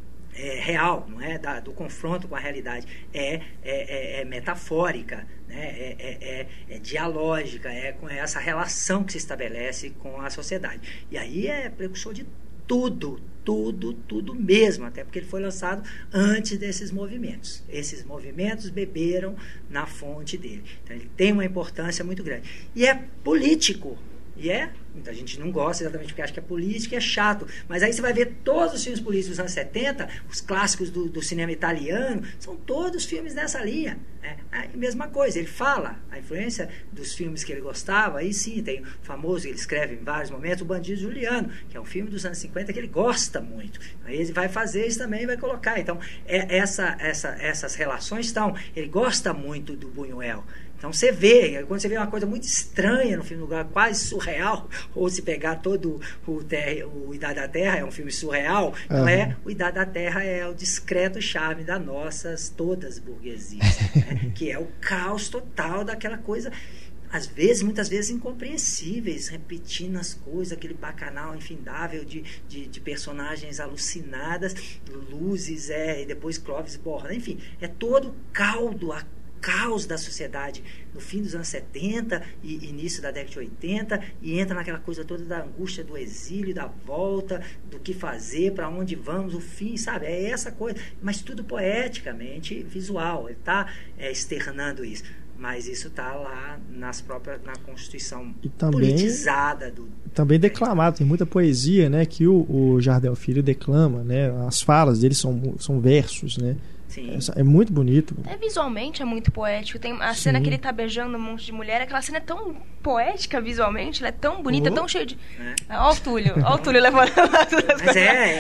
É real, não é da, do confronto com a realidade, é, é, é, é metafórica, né? é, é, é, é dialógica, é com essa relação que se estabelece com a sociedade. E aí é precursor de tudo, tudo, tudo mesmo, até porque ele foi lançado antes desses movimentos. Esses movimentos beberam na fonte dele. Então ele tem uma importância muito grande. E é político. E é, muita gente não gosta exatamente porque acha que é política e é chato, mas aí você vai ver todos os filmes políticos dos anos setenta, os clássicos do, do cinema italiano, são todos filmes nessa linha, né? A mesma coisa, ele fala a influência dos filmes que ele gostava, aí sim, tem o famoso, ele escreve em vários momentos, O Bandido Juliano, que é um filme dos anos cinquenta que ele gosta muito, aí ele vai fazer isso também e vai colocar, então é, essa, essa, essas relações estão, ele gosta muito do Buñuel. Então você vê, quando você vê uma coisa muito estranha no filme do Glauber, quase surreal, ou se pegar todo o, terra, o Idade da Terra, é um filme surreal, não uhum. é? O Idade da Terra é o discreto charme das nossas todas burguesias, né? Que é o caos total daquela coisa, às vezes, muitas vezes incompreensíveis, repetindo as coisas, aquele bacanal infindável de, de, de personagens alucinadas, luzes, é, e depois Clóvis Borra, enfim, é todo o caldo, a caos da sociedade no fim dos anos setenta e início da década de oitenta, e entra naquela coisa toda da angústia do exílio, da volta, do que fazer, para onde vamos, o fim, sabe? É essa coisa, mas tudo poeticamente visual, ele está é, externando isso, mas isso está lá nas próprias, na Constituição e também, politizada do também declamado, tem muita poesia, né, que o, o Jardel Filho declama, né, as falas dele são, são versos, né. Sim. É muito bonito. É, visualmente é muito poético. Tem a Sim. cena que ele tá beijando um monte de mulher, aquela cena é tão poética visualmente, ela é tão bonita, oh. tão cheia de... É. Ó o Túlio, ó o Túlio levando as Mas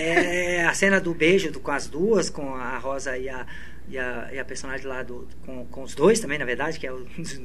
é, é a cena do beijo do, com as duas, com a Rosa e a, e a, e a personagem lá, do, com, com os dois também, na verdade, que é o,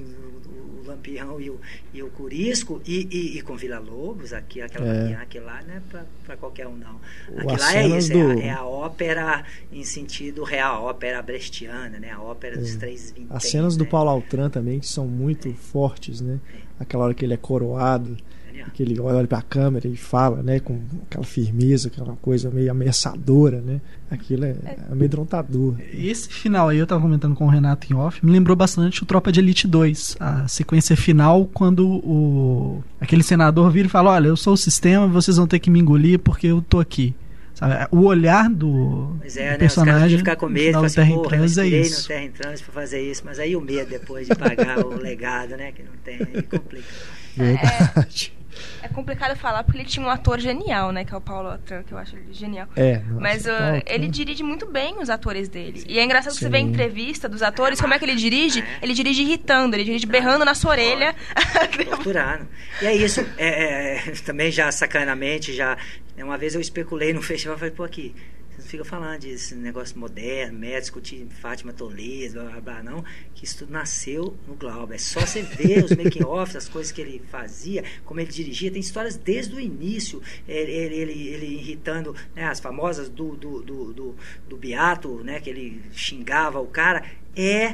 o Lampião e o, e o Curisco, e, e, e com Vila Lobos, aqui, aquela é. aqui lá não é pra, pra qualquer um, não. Aqui lá é isso, do... é, a, é a ópera em sentido real, a ópera brechtiana, né? A ópera é. dos três vinténs. As cenas né? do Paulo Altran também, que são muito é. fortes, né? É. Aquela hora que ele é coroado, que ele olha para a câmera e fala, né, com aquela firmeza, aquela coisa meio ameaçadora, né? Aquilo é, é amedrontador. Esse final aí, eu estava comentando com o Renato em off, me lembrou bastante o Tropa de Elite dois, a sequência final, quando o aquele senador vira e fala, olha, eu sou o sistema, vocês vão ter que me engolir porque eu tô aqui. Sabe? O olhar do, pois é, do né? personagem, os ficar com medo, no Terra em Transe, é isso. no Terra em Transe para fazer isso, mas aí o medo depois de pagar o legado, né, que não tem, aí complica. Verdade. É. É complicado falar porque ele tinha um ator genial, né? Que é o Paulo Altran, que eu acho ele genial. É, mas uh, ele dirige muito bem os atores dele. Sim. E é engraçado que você vê a entrevista dos atores, como é que ele dirige? É. Ele dirige irritando, ele dirige berrando na sua orelha. Torturando. E é isso. É, é, também já sacanamente, já. Uma vez eu especulei no festival e falei, pô, aqui. Não fica falando desse negócio moderno, médico, Fátima Toledo, blá, blá, blá, não, que isso tudo nasceu no Glauber. É só você ver os making-offs, as coisas que ele fazia, como ele dirigia, tem histórias desde o início, ele, ele, ele, ele irritando, né, as famosas do, do, do, do, do Beato, né, que ele xingava o cara, é,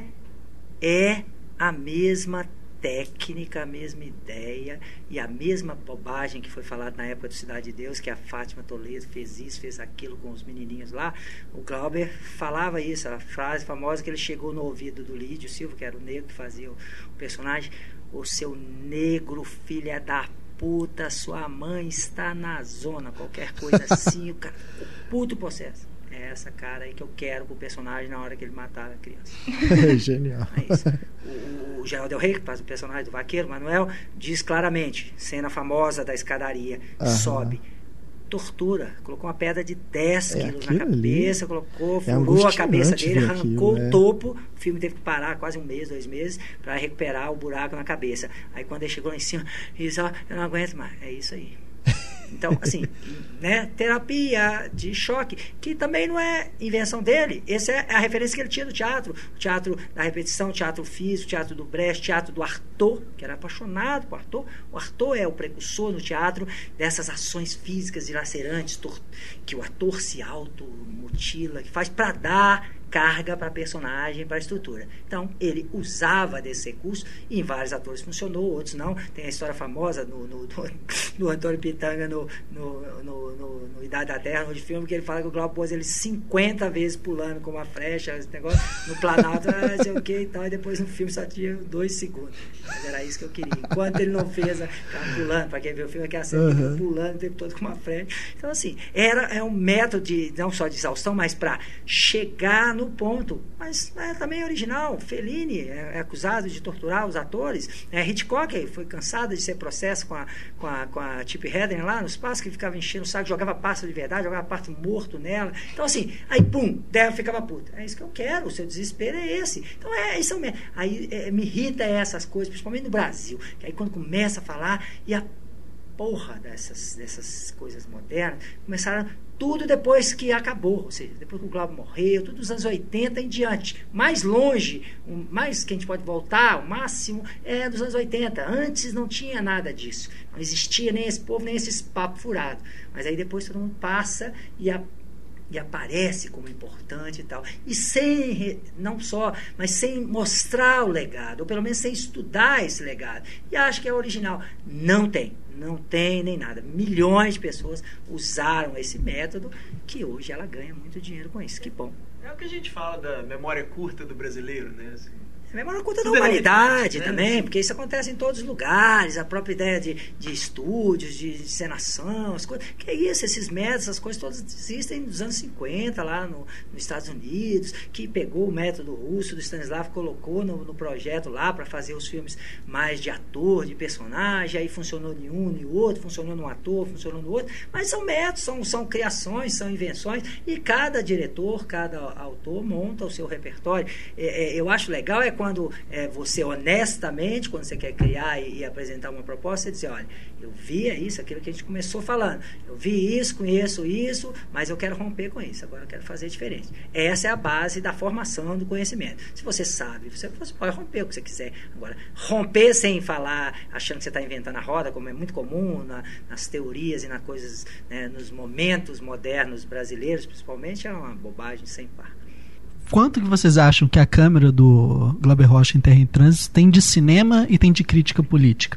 é a mesma técnica, a mesma ideia e a mesma bobagem que foi falada na época do Cidade de Deus, que a Fátima Toledo fez isso, fez aquilo com os menininhos lá. O Glauber falava isso, a frase famosa que ele chegou no ouvido do Lídio Silva, que era o negro que fazia o, o personagem, o seu negro filha da puta, sua mãe está na zona, qualquer coisa assim, o cara, o puto processo. é essa cara aí que eu quero pro personagem na hora que ele matar a criança. Genial. É isso. O, o Geraldo Del Rey, que faz o personagem do vaqueiro, Manuel, diz claramente, cena famosa da escadaria, Aham. sobe, tortura, colocou uma pedra de dez É, quilos na aquilo cabeça, ali colocou, é furou a cabeça angustiante dele, ver arrancou aquilo, o é. topo, o filme teve que parar quase um mês, dois meses, para recuperar o buraco na cabeça. Aí quando ele chegou lá em cima, ele disse, ó, eu não aguento mais, é isso aí. Então, assim, né, terapia de choque, que também não é invenção dele. Essa é a referência que ele tinha do teatro. O teatro da repetição, o teatro físico, o teatro do Brecht, o teatro do Artaud, que era apaixonado por Artaud. O Artaud é o precursor no teatro dessas ações físicas dilacerantes, que o ator se automutila, que faz para dar carga para a personagem, para a estrutura. Então, ele usava desse recurso, e em vários atores funcionou, outros não. Tem a história famosa no, no, no, no Antônio Pitanga, no, no, no, no, no Idade da Terra, no filme, que ele fala que o Glauber pôs ele cinquenta vezes pulando com uma flecha, esse negócio, no Planalto, ah, sei o que e tal, e depois no filme só tinha dois segundos. Mas era isso que eu queria. Enquanto ele não fez, a, pulando, para quem vê o filme, aquela cena, uhum. pulando o tempo todo com uma flecha. Então, assim, era, é um método de, não só de exaustão, mas para chegar no ponto, mas é também original. Fellini é, é acusado de torturar os atores, é, Hitchcock foi cansado de ser processo com a, com a, com a Tippi Hedren lá no espaço, que ficava enchendo o saco, jogava pássaro de verdade, jogava pássaro morto nela. Então, assim, aí pum, Débora ficava puta. É isso que eu quero, o seu desespero é esse. Então, é isso mesmo. Aí é, me irrita essas coisas, principalmente no Brasil, que aí quando começa a falar, e a porra dessas, dessas coisas modernas começaram tudo depois que acabou, ou seja, depois que o Glauber morreu, tudo dos anos oitenta em diante. Mais longe, um, mais que a gente pode voltar, o máximo é dos anos oitenta. Antes não tinha nada disso. Não existia nem esse povo, nem esses papos furados. Mas aí depois todo mundo passa e a e aparece como importante e tal, e sem, não só, mas sem mostrar o legado, ou pelo menos sem estudar esse legado, e acha que é original. Não tem, não tem nem nada. Milhões de pessoas usaram esse método, que hoje ela ganha muito dinheiro com isso. Que bom. É o que a gente fala da memória curta do brasileiro, né? Assim, a memória curta da humanidade também, porque isso acontece em todos os lugares, a própria ideia de, de estúdios, de encenação, as coisas. Que é isso, esses métodos, essas coisas todas existem nos anos cinquenta, lá no, nos Estados Unidos, que pegou o método russo do Stanislavski, colocou no, no projeto lá para fazer os filmes mais de ator, de personagem, aí funcionou em um e outro, funcionou num ator, funcionou no outro, mas são métodos, são, são criações, são invenções, e cada diretor, cada autor monta o seu repertório. É, é, eu acho legal é quando é, você honestamente, quando você quer criar e, e apresentar uma proposta, você diz, olha, eu vi isso, aquilo que a gente começou falando, eu vi isso, conheço isso, mas eu quero romper com isso, agora eu quero fazer diferente. Essa é a base da formação do conhecimento. Se você sabe, você, você pode romper o que você quiser. Agora, romper sem falar, achando que você está inventando a roda, como é muito comum na, nas teorias e nas coisas, né, nos momentos modernos brasileiros, principalmente, é uma bobagem sem par. Quanto que vocês acham que a câmera do Glauber Rocha em Terra em Trânsito tem de cinema e tem de crítica política?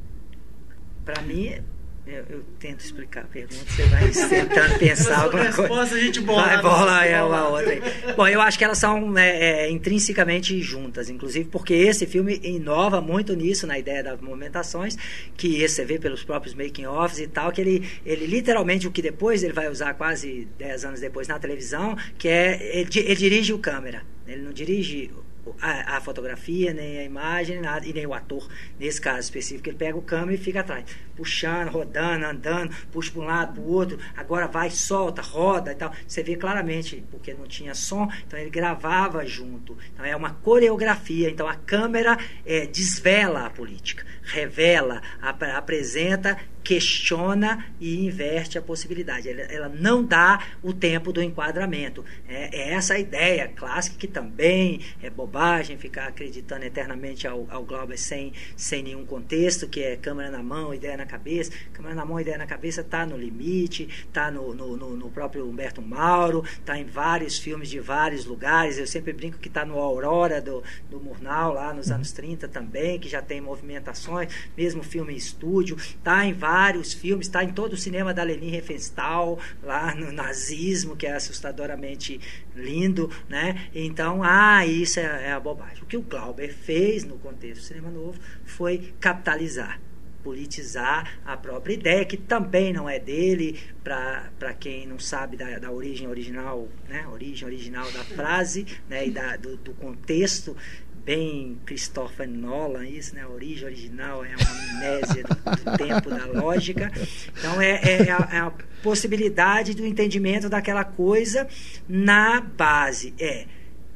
Para mim, eu, eu tento explicar a pergunta, você vai tentando pensar alguma resposta, coisa. A gente bola. Vai, bola é uma outra aí. Bom, eu acho que elas são é, é, intrinsecamente juntas, inclusive porque esse filme inova muito nisso, na ideia das movimentações, que você vê pelos próprios making-offs e tal, que ele, ele literalmente, o que depois ele vai usar quase dez anos depois na televisão, que é, ele, ele dirige o câmera, ele não dirige A, a fotografia, nem a imagem, nada, e nem o ator, nesse caso específico. Ele pega o câmera e fica atrás, puxando, rodando, andando, puxa para um lado, para o outro, agora vai, solta, roda e tal. Você vê claramente, porque não tinha som, então ele gravava junto. Então é uma coreografia. Então a câmera é, desvela a política, revela, ap apresenta, questiona e inverte a possibilidade. Ela, ela não dá o tempo do enquadramento. É, é essa a ideia clássica, que também é bobagem ficar acreditando eternamente ao, ao Glauber sem, sem nenhum contexto, que é câmera na mão, ideia na cabeça. Câmera na mão, ideia na cabeça está no Limite, está no, no, no, no próprio Humberto Mauro, está em vários filmes de vários lugares. Eu sempre brinco que está no Aurora do, do Murnau, lá nos anos trinta também, que já tem movimentações, mesmo filme em estúdio, está em vários vários filmes, está em todo o cinema da Leni Riefenstahl, lá no Nazismo, que é assustadoramente lindo, né? Então, ah, isso é, é a bobagem. O que o Glauber fez no contexto do cinema novo foi capitalizar. politizar a própria ideia, que também não é dele, para quem não sabe da, da origem original, né? Origem original da frase, né? E da, do, do contexto, bem Christopher Nolan, isso, né? A origem original é uma amnésia do, do tempo, da lógica. Então, é, é, a, é a possibilidade do entendimento daquela coisa na base. É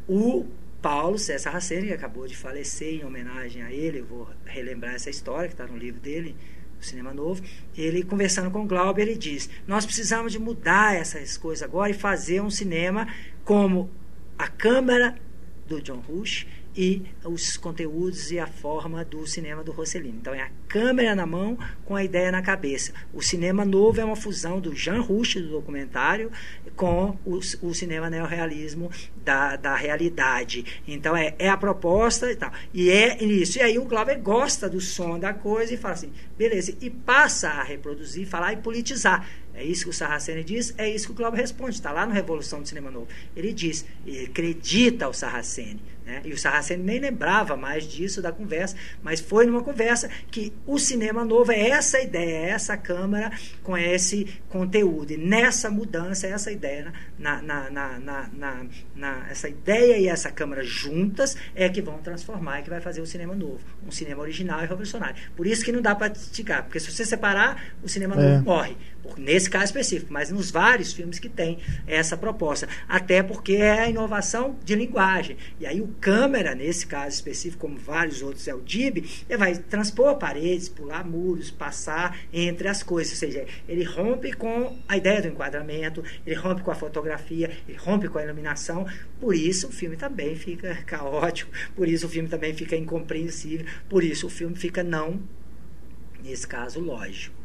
o Paulo César Sarraceni, que acabou de falecer, em homenagem a ele, eu vou relembrar essa história que está no livro dele, o Cinema Novo. Ele, conversando com o Glauber, ele diz: nós precisamos de mudar essas coisas agora e fazer um cinema como a câmera do John Rush e os conteúdos e a forma do cinema do Rossellini. Então, é a câmera na mão com a ideia na cabeça. O Cinema Novo é uma fusão do Jean Rush, do documentário, com o, o cinema neorrealismo da, da realidade. Então, é, é a proposta e tal. E é isso. E aí o Glauber gosta do som da coisa e fala assim, beleza, e passa a reproduzir, falar e politizar. É isso que o Sarraceni diz, é isso que o Glauber responde. Está lá no Revolução do Cinema Novo. Ele diz, ele acredita ao Sarraceni, né? E o Sarraceni nem lembrava mais disso da conversa, mas foi numa conversa que o Cinema Novo é essa ideia, é essa câmara com esse conteúdo. E nessa mudança, essa ideia, na, na, na, na, na, na, essa ideia e essa câmara juntas é que vão transformar e que vai fazer o cinema novo. Um cinema original e revolucionário. Por isso que não dá para esticar, porque se você separar, o cinema é. novo morre. Nesse caso específico, mas nos vários filmes que tem essa proposta, até porque é a inovação de linguagem. E aí o câmera, nesse caso específico, como vários outros, é o D I B, ele vai transpor paredes, pular muros, passar entre as coisas, ou seja, ele rompe com a ideia do enquadramento, ele rompe com a fotografia, ele rompe com a iluminação. Por isso o filme também fica caótico, por isso o filme também fica incompreensível, por isso o filme fica não, nesse caso, lógico.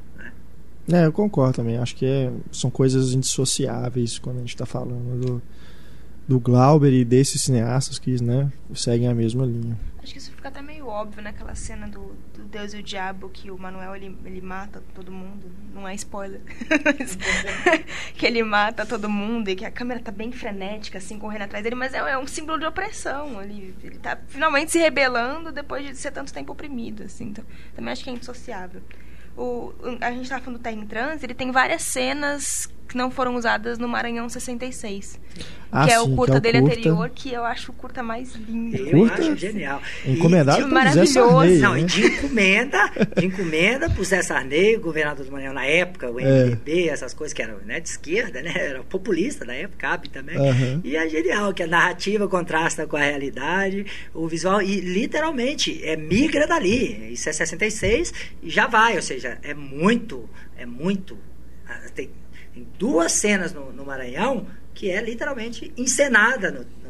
É, eu concordo também. Acho que é, são coisas indissociáveis quando a gente está falando do, do Glauber e desses cineastas que, né, seguem a mesma linha. Acho que isso fica até meio óbvio naquela cena do, do Deus e o Diabo, que o Manuel ele, ele mata todo mundo. Não é spoiler. Que ele mata todo mundo e que a câmera tá bem frenética, assim, correndo atrás dele, mas é, é um símbolo de opressão. Ele, ele tá finalmente se rebelando depois de ser tanto tempo oprimido, assim. Então, também acho que é indissociável. O, a gente estava falando do Terra em Trânsito, ele tem várias cenas que não foram usadas no Maranhão sessenta e seis, ah, que é sim, o curta que é o dele curta. anterior, que eu acho o curta mais lindo. Eu Curta? acho genial. Encomendado e, por Zé Sarney. Não, né? e de encomenda, de encomenda por Zé Sarney, o governador do Maranhão na época, o M D B, é. essas coisas que eram, né, de esquerda, né, era populista da época, cabe também. Uhum. E é genial, que a narrativa contrasta com a realidade, o visual, e literalmente é migra dali. Isso é sessenta e seis e já vai, ou seja, é muito, é muito. Tem, tem duas cenas no, no Maranhão que é literalmente encenada no, no,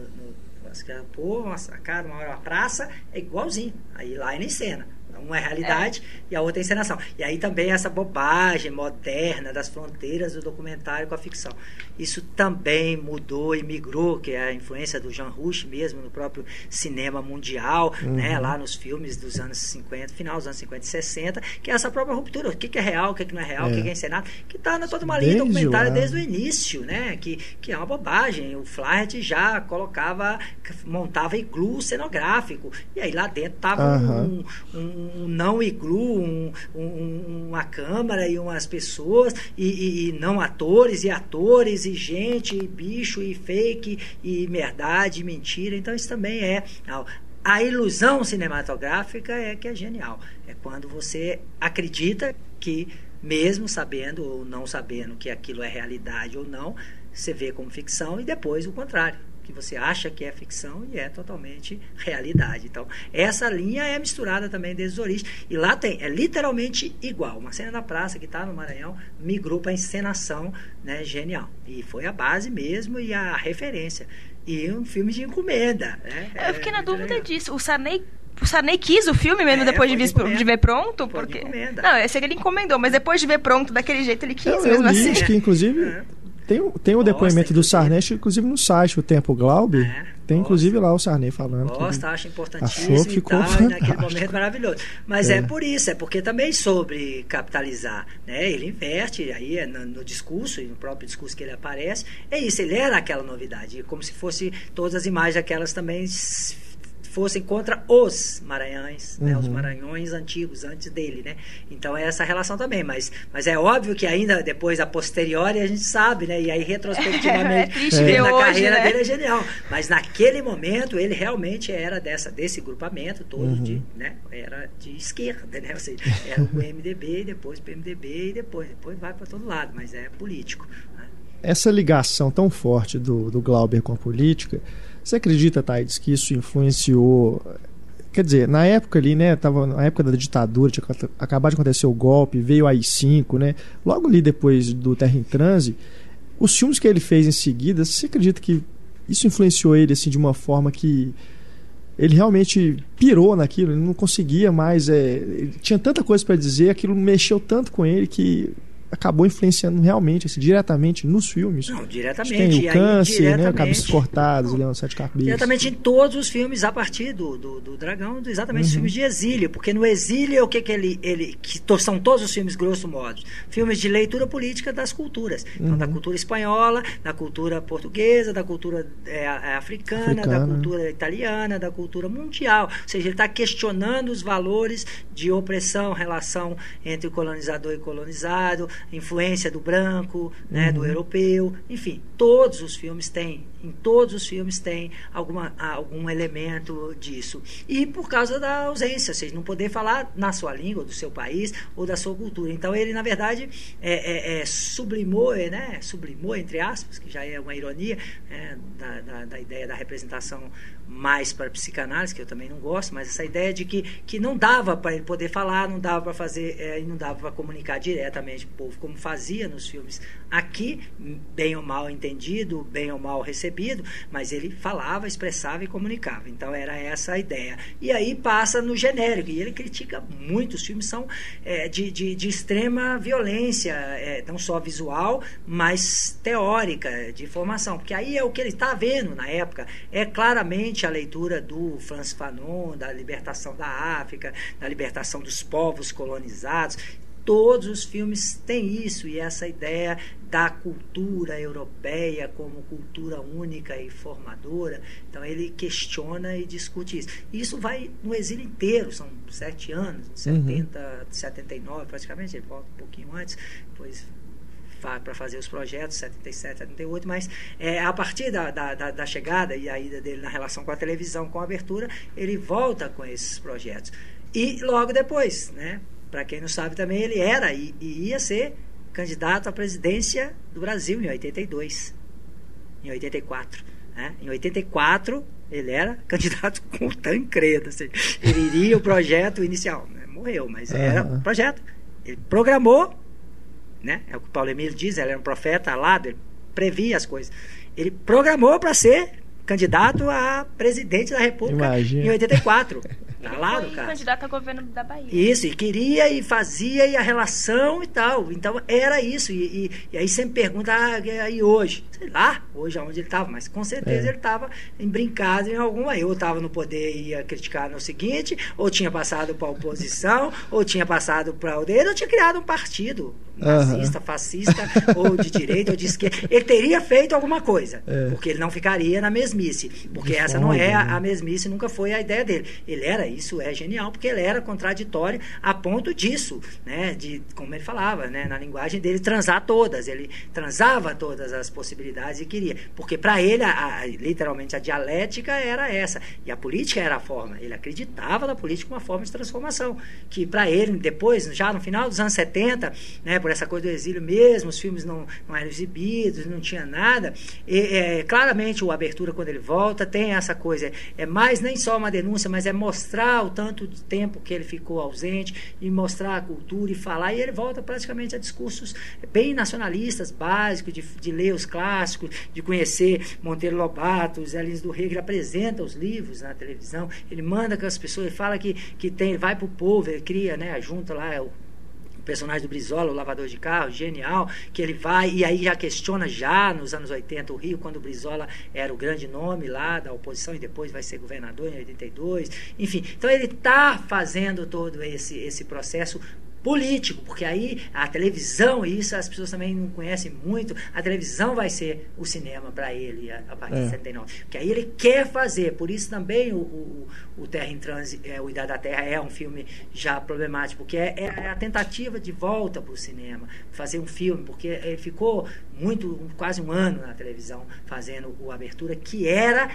no pô, uma sacada, uma hora uma praça, é igualzinho. Aí lá é na cena. Uma é realidade é. e a outra é encenação. E aí também essa bobagem moderna das fronteiras do documentário com a ficção. Isso também mudou e migrou, que é a influência do Jean Rush mesmo no próprio cinema mundial, uhum. né, lá nos filmes dos anos cinquenta, final dos anos cinquenta e sessenta, que é essa própria ruptura. O que, que é real, o que, que não é real, é. o que, que é encenado, que está na toda uma linha desde documentária lá. desde o início, né, que, que é uma bobagem. O Flaherty já colocava, montava iglu cenográfico, e aí lá dentro estava uhum. um, um um não iglu, um, um, uma câmara e umas pessoas, e, e, e não atores, e atores, e gente, e bicho, e fake, e verdade, e mentira. Então isso também é... A ilusão cinematográfica é que é genial. É quando você acredita que, mesmo sabendo ou não sabendo que aquilo é realidade ou não, você vê como ficção, e depois o contrário, que você acha que é ficção e é totalmente realidade. Então, essa linha é misturada também desde os origens. E lá tem, é literalmente igual. Uma cena da praça que está no Maranhão migrou para a encenação, né, genial. E foi a base mesmo e a referência. E um filme de encomenda. Né? Eu fiquei é na dúvida legal. disso. O Sarney... O Sarney quis o filme mesmo é, depois de, de, de ver pronto? Pode porque encomenda. Não, eu sei que ele encomendou, mas depois de ver pronto daquele jeito ele quis eu, mesmo eu li, assim. acho que inclusive... É. Tem, tem o Gosta, depoimento do Sarney, inclusive no site, o Tempo Glauber, é, tem inclusive lá o Sarney falando. Gosta, que acha importantíssimo achou que ficou e tal, e naquele momento maravilhoso. Mas é. é por isso, é porque também sobre capitalizar, né? Ele inverte aí é no, no discurso, e no próprio discurso que ele aparece, é isso, ele era aquela novidade, como se fosse todas as imagens aquelas também fossem contra os Maranhões, né? Uhum. Os Maranhões antigos, antes dele, né? Então é essa relação também, mas, mas é óbvio que ainda depois, a posteriori, a gente sabe, né? E aí retrospectivamente, é triste vendo ver a hoje, carreira né? dele é genial, mas naquele momento ele realmente era dessa, desse grupamento todo, uhum. de, né? Era de esquerda, né? Ou seja, era o M D B, depois o P M D B e depois, depois vai para todo lado, mas é político, né? Essa ligação tão forte do, do Glauber com a política, você acredita, Taides, que isso influenciou? Quer dizer, na época ali, né, tava na época da ditadura, tinha acabado de acontecer o golpe, veio a A I cinco, né? Logo ali depois do Terra em Transe, os filmes que ele fez em seguida, você acredita que isso influenciou ele assim de uma forma que ele realmente pirou naquilo, ele não conseguia mais, é, ele tinha tanta coisa para dizer, aquilo mexeu tanto com ele que acabou influenciando realmente, assim, diretamente nos filmes. Não, diretamente. Tem o Câncer, aí, né, Cabeças Cortadas, Leão Sete Cabeças. Diretamente em todos os filmes, a partir do, do, do Dragão, exatamente uhum. os filmes de exílio, porque no exílio, o que que ele... ele que to, são todos os filmes, grosso modo, filmes de leitura política das culturas. Então, uhum. da cultura espanhola, da cultura portuguesa, da cultura é, africana, africana, da cultura italiana, da cultura mundial. Ou seja, ele está questionando os valores de opressão, relação entre o colonizador e colonizado, influência do branco, né, uhum. do europeu, enfim, todos os filmes têm, em todos os filmes tem alguma, algum elemento disso. E por causa da ausência, ou seja, não poder falar na sua língua, do seu país, ou da sua cultura. Então ele, na verdade, é, é, é, sublimou, é, né, sublimou, entre aspas, que já é uma ironia, é, da, da, da ideia da representação mais para a psicanálise, que eu também não gosto, mas essa ideia de que, que não dava para ele poder falar, não dava para fazer, é, não dava para comunicar diretamente com o povo, como fazia nos filmes aqui, bem ou mal entendido, bem ou mal recebido, mas ele falava, expressava e comunicava. Então era essa a ideia. E aí passa no genérico, e ele critica muito, os filmes são é, de, de, de extrema violência, é, não só visual, mas teórica, de formação, porque aí é o que ele está vendo na época, é claramente a leitura do Frantz Fanon, da libertação da África, da libertação dos povos colonizados. Todos os filmes têm isso, e essa ideia da cultura europeia como cultura única e formadora. Então ele questiona e discute isso. E isso vai no exílio inteiro, são sete anos, setenta, uhum. setenta e nove praticamente, ele volta um pouquinho antes, depois para fazer os projetos, setenta e sete, setenta e oito, mas é, a partir da, da, da chegada e a ida dele na relação com a televisão, com a abertura, ele volta com esses projetos. E logo depois, né, para quem não sabe também, ele era e, e ia ser candidato à presidência do Brasil em oitenta e dois, em oitenta e quatro. Né? Em oitenta e quatro, ele era candidato com o Tancredo. Assim, ele iria o projeto inicial. Né? Morreu, mas uhum. era o projeto. Ele programou, né? É o que o Paulo Emílio diz, ele era um profeta alado, ele previa as coisas. Ele programou para ser candidato a presidente da República. Imagina. Em oitenta e quatro. Tá lá no caso. Candidato a governo da Bahia. Isso, e queria e fazia e a relação e tal. Então era isso. E, e, e aí sempre pergunta, ah, e hoje? Sei lá, hoje aonde ele estava, mas com certeza é. ele estava embrincado em alguma. Ou estava no poder e ia criticar no seguinte, ou tinha passado para a oposição, ou tinha passado para o dedo, ou tinha criado um partido nazista, uhum. fascista, ou de direita, ou de esquerda. Ele teria feito alguma coisa, é. porque ele não ficaria na mesmice. Porque de essa forma, não é a, a mesmice, nunca foi a ideia dele. Ele era, isso é genial, porque ele era contraditório a ponto disso, né, de, como ele falava, né, na linguagem dele, transar todas. Ele transava todas as possibilidades e queria. Porque para ele, a, a, literalmente, a dialética era essa. E a política era a forma. Ele acreditava na política como uma forma de transformação. Que para ele, depois, já no final dos anos setenta, né, por essa coisa do exílio mesmo, os filmes não, não eram exibidos, não tinha nada. E, é, claramente, o Abertura, quando ele volta, tem essa coisa. É mais nem só uma denúncia, mas é mostrar o tanto de tempo que ele ficou ausente e mostrar a cultura e falar. E ele volta praticamente a discursos bem nacionalistas, básicos, de, de ler os clássicos, de conhecer Monteiro Lobato, Zé Lins do Rego. Ele apresenta os livros na televisão, ele manda com as pessoas, ele fala que, que tem, vai para o povo, ele cria, né, junta lá o personagem do Brizola, o lavador de carro, genial, que ele vai e aí já questiona já nos anos oitenta o Rio, quando o Brizola era o grande nome lá da oposição e depois vai ser governador em oitenta e dois, enfim, então ele está fazendo todo esse, esse processo político, porque aí a televisão, isso as pessoas também não conhecem muito, a televisão vai ser o cinema para ele a, a partir é. de setenta e nove, porque aí ele quer fazer, por isso também o, o, o Terra em Transe, é, o Idade da Terra é um filme já problemático, porque é, é a tentativa de volta para o cinema, fazer um filme, porque ele ficou muito, quase um ano na televisão fazendo o Abertura, que era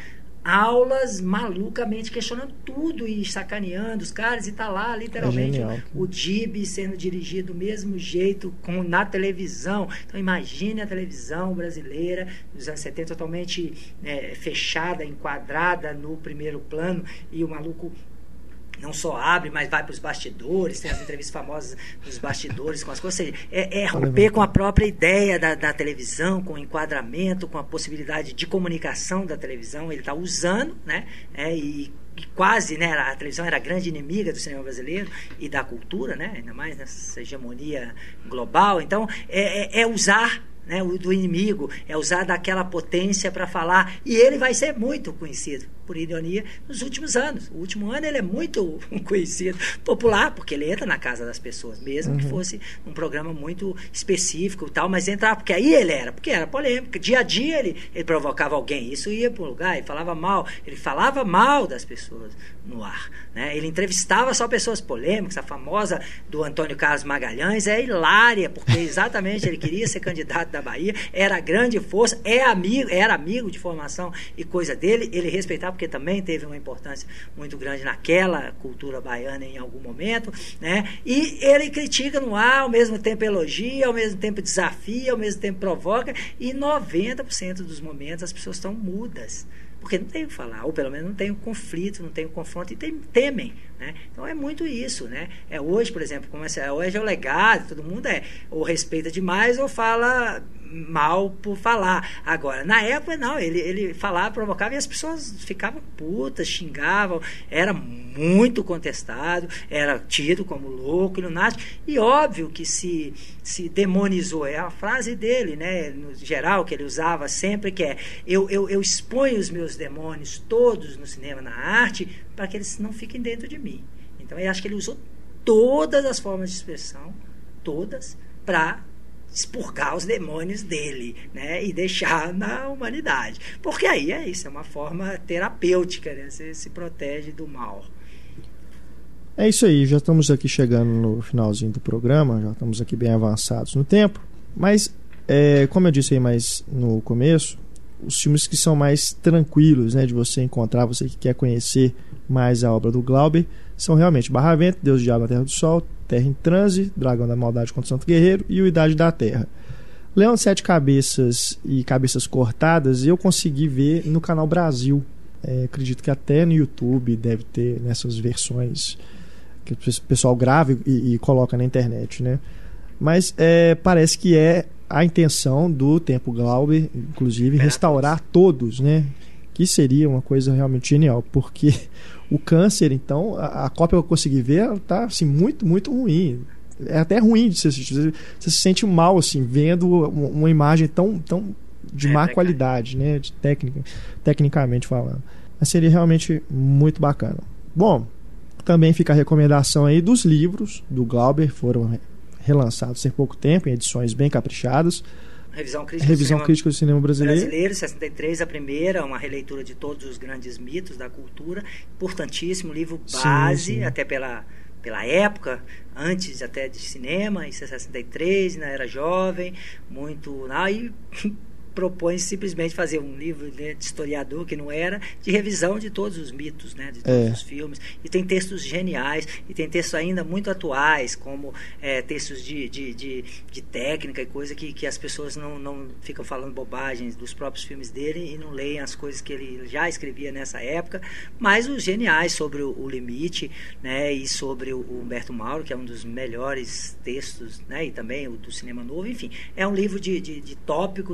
aulas malucamente questionando tudo e sacaneando os caras, e tá lá literalmente é o D I B sendo dirigido do mesmo jeito como na televisão. Então imagine a televisão brasileira dos anos setenta totalmente é, fechada, enquadrada no primeiro plano, e o maluco não só abre, mas vai para os bastidores, tem as entrevistas famosas dos bastidores com as coisas, ou seja, é, é romper com a própria ideia da, da televisão, com o enquadramento, com a possibilidade de comunicação da televisão. Ele está usando, né, é, e, e quase, né, a televisão era a grande inimiga do cinema brasileiro e da cultura, né, ainda mais nessa hegemonia global. Então é, é, é usar, né, o do inimigo, é usar daquela potência para falar, e ele vai ser muito conhecido, por ironia, nos últimos anos. O último ano ele é muito conhecido, popular, porque ele entra na casa das pessoas, mesmo uhum. que fosse um programa muito específico e tal, mas entrava, porque aí ele era, porque era polêmica, dia a dia ele, ele provocava alguém, isso ia para um lugar, ele falava mal, ele falava mal das pessoas no ar, né? Ele entrevistava só pessoas polêmicas. A famosa do Antônio Carlos Magalhães é hilária, porque exatamente ele queria ser candidato da Bahia, era a grande força, é amigo, era amigo de formação e coisa dele, ele respeitava, porque também teve uma importância muito grande naquela cultura baiana em algum momento, né? E ele critica no ar, ao mesmo tempo elogia, ao mesmo tempo desafia, ao mesmo tempo provoca, e noventa por cento dos momentos as pessoas estão mudas, porque não tem o que falar, ou pelo menos não tem o conflito, não tem o confronto, e tem, temem, né? Então é muito isso, né? É hoje, por exemplo, como é, hoje é o legado, todo mundo é ou respeita demais ou fala mal por falar. Agora, na época, não, ele, ele falava, provocava, e as pessoas ficavam putas, xingavam, era muito contestado, era tido como louco, iluminado, e óbvio que se, se demonizou, é a frase dele, né, no geral, que ele usava sempre, que é, eu, eu, eu exponho os meus demônios todos no cinema, na arte, para que eles não fiquem dentro de mim. Então, eu acho que ele usou todas as formas de expressão, todas, para expurgar os demônios dele, né, e deixar na humanidade, porque aí é isso, é uma forma terapêutica, né, você se protege do mal. É isso aí, já estamos aqui chegando no finalzinho do programa, já estamos aqui bem avançados no tempo, mas é, como eu disse aí mais no começo, os filmes que são mais tranquilos, né, de você encontrar, você que quer conhecer mais a obra do Glauber, são realmente Barravento, Deus, Diabo, a Terra do Sol, Terra em Transe, Dragão da Maldade contra o Santo Guerreiro e o Idade da Terra. Leão de Sete Cabeças e Cabeças Cortadas eu consegui ver no Canal Brasil. É, acredito que até no YouTube deve ter nessas versões que o pessoal grava e, e coloca na internet, né? Mas é, parece que é a intenção do Tempo Glauber, inclusive, restaurar todos, né? Que seria uma coisa realmente genial, porque o Câncer, então, a, a cópia que eu consegui ver, ela tá assim, muito, muito ruim. É até ruim de se assistir. Você, você se sente mal assim, vendo uma, uma imagem tão, tão de má é, qualidade, né? De técnica, tecnicamente falando. Mas seria realmente muito bacana. Bom, também fica a recomendação aí dos livros do Glauber, foram relançados há pouco tempo, em edições bem caprichadas. Revisão Crítica, Revisão do, Crítica do Cinema Brasileiro. Brasileiro, sessenta e três, a primeira, uma releitura de todos os grandes mitos da cultura. Importantíssimo, livro base, sim, sim. até pela, pela época, antes até de cinema, em sessenta e três, ainda era jovem, muito... Aí propõe simplesmente fazer um livro, né, de historiador, que não era, de revisão de todos os mitos, né, de todos é. os filmes, e tem textos geniais, e tem textos ainda muito atuais, como é, textos de, de, de, de técnica e coisa que, que as pessoas não, não ficam falando bobagens dos próprios filmes dele e não leem as coisas que ele já escrevia nessa época, mas os geniais sobre o, o limite, né, e sobre o, o Humberto Mauro, que é um dos melhores textos, né, e também o do Cinema Novo, enfim, é um livro de, de, de tópicos, de revisão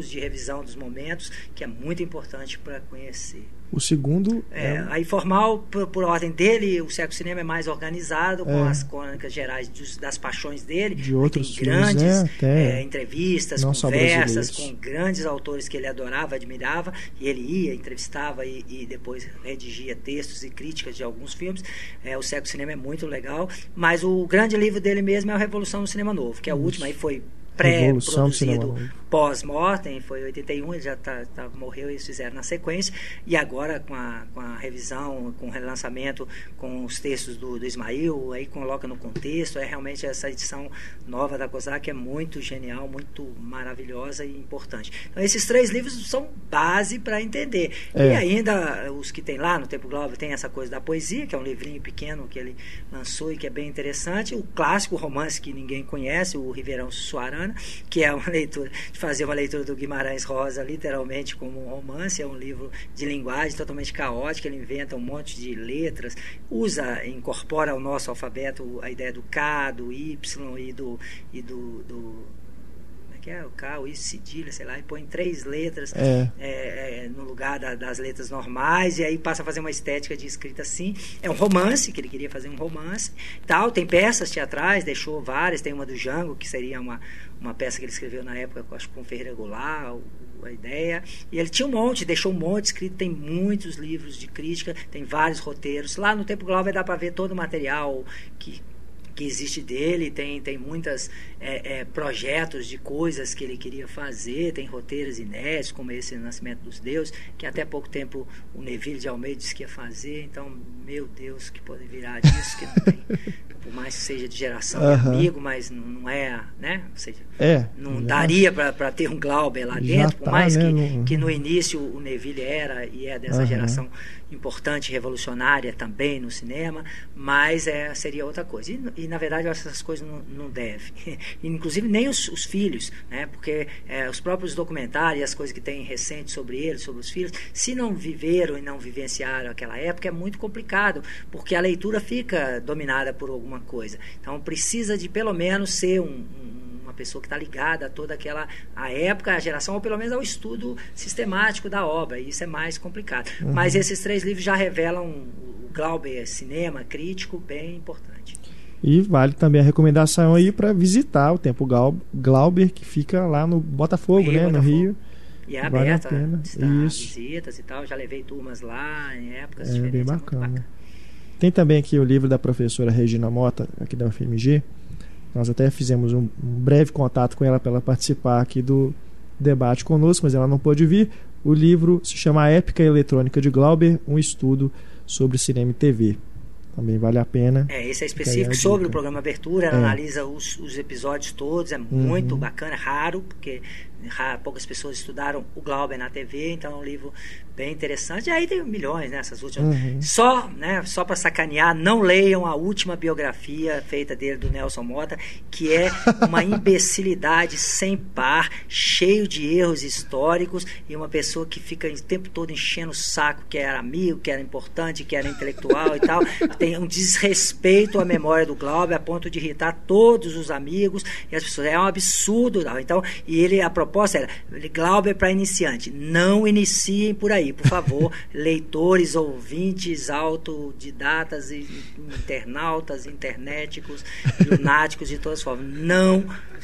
revisão dos momentos, que é muito importante para conhecer. O segundo é, é... Aí formal, por, por ordem dele, o Seco Cinema é mais organizado, com é. as crônicas gerais dos, das paixões dele. De outros tem grandes filmes, né? é, entrevistas, não conversas com grandes autores que ele adorava, admirava, e ele ia, entrevistava e, e depois redigia textos e críticas de alguns filmes. É, o Seco Cinema é muito legal, mas o grande livro dele mesmo é a Revolução do Cinema Novo, que é o último, aí foi pré-produzido pós-mortem, foi em oitenta e um, ele já tá, tá, morreu e eles fizeram na sequência, e agora com a, com a revisão, com o relançamento, com os textos do, do Ismail, aí coloca no contexto, é realmente essa edição nova da COSAC é muito genial, muito maravilhosa e importante. Então esses três livros são base para entender. É. E ainda os que tem lá no Tempo Glauber tem essa coisa da poesia, que é um livrinho pequeno que ele lançou e que é bem interessante, o clássico romance que ninguém conhece, o Ribeirão Sussuarana, que é uma leitura, de fazer uma leitura do Guimarães Rosa literalmente como um romance, é um livro de linguagem totalmente caótica, ele inventa um monte de letras, usa, incorpora ao nosso alfabeto a ideia do K, do Y e do, e do, do que é o K, o I, cedilha, sei lá, e põe três letras é. É, é, no lugar da, das letras normais, e aí passa a fazer uma estética de escrita assim. É um romance, que ele queria fazer um romance, tal. Tem peças teatrais, deixou várias, tem uma do Django, que seria uma, uma peça que ele escreveu na época, acho que com Ferreira Goulart, a ideia, e ele tinha um monte, deixou um monte escrito, tem muitos livros de crítica, tem vários roteiros. Lá no Tempo Glauber dá para ver todo o material que que existe dele, tem, tem muitos é, é, projetos de coisas que ele queria fazer, tem roteiros inéditos, como esse Nascimento dos Deuses, que até pouco tempo o Neville de Almeida disse que ia fazer, então, meu Deus, que pode virar disso, que não tem, por mais que seja de geração uh-huh. de amigo, mas não, não é, né? Ou seja, é, não já, daria para ter um Glauber lá dentro, por tá, mais né, que, no... que no início o Neville era e é dessa uh-huh. geração importante, revolucionária também no cinema, mas é, seria outra coisa. E, e na verdade, essas coisas não, não devem. Inclusive, nem os, os filhos, né? Porque é, os próprios documentários, as coisas que tem recentes sobre eles, sobre os filhos, se não viveram e não vivenciaram aquela época, é muito complicado, porque a leitura fica dominada por alguma coisa. Então, precisa de, pelo menos, ser um, um uma pessoa que está ligada a toda aquela a época, a geração, ou pelo menos ao estudo sistemático da obra, e isso é mais complicado. Uhum. Mas esses três livros já revelam o Glauber cinema crítico bem importante. E vale também a recomendação aí para visitar o Tempo Glauber, que fica lá no Botafogo, Rio, né, Botafogo. No Rio. E é vale aberta a isso. visitas e tal, já levei turmas lá em épocas é, diferentes. Bem é bacana. bacana. Tem também aqui o livro da professora Regina Mota, aqui da U F M G. Nós até fizemos um, um breve contato com ela para ela participar aqui do debate conosco, mas ela não pôde vir. O livro se chama A Épica Eletrônica de Glauber, um estudo sobre cinema e T V. Também vale a pena. É, esse é específico sobre o programa Abertura, ela é. analisa os, os episódios todos, é muito uhum. bacana, raro, porque raro, poucas pessoas estudaram o Glauber na T V, então é um livro bem interessante. E aí tem milhões nessas né, últimas. Uhum. Só, né, só para sacanear, não leiam a última biografia feita dele do Nelson Mota, que é uma imbecilidade sem par, cheio de erros históricos, e uma pessoa que fica o tempo todo enchendo o saco que era amigo, que era importante, que era intelectual e tal. Tem um desrespeito à memória do Glauber a ponto de irritar todos os amigos e as pessoas. É um absurdo. Então, e ele, a proposta era Glauber para iniciante. Não iniciem por aí, por favor, leitores, ouvintes, autodidatas, internautas, internéticos, lunáticos de todas as formas. Não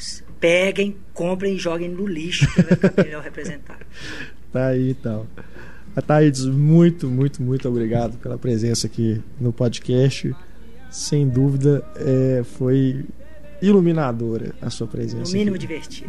peguem, comprem e joguem no lixo, que vai ficar melhor representado. Tá aí, então. Thaídes, muito, muito, muito obrigado pela presença aqui no podcast. Sem dúvida, é, foi iluminadora a sua presença. No mínimo aqui. Divertida.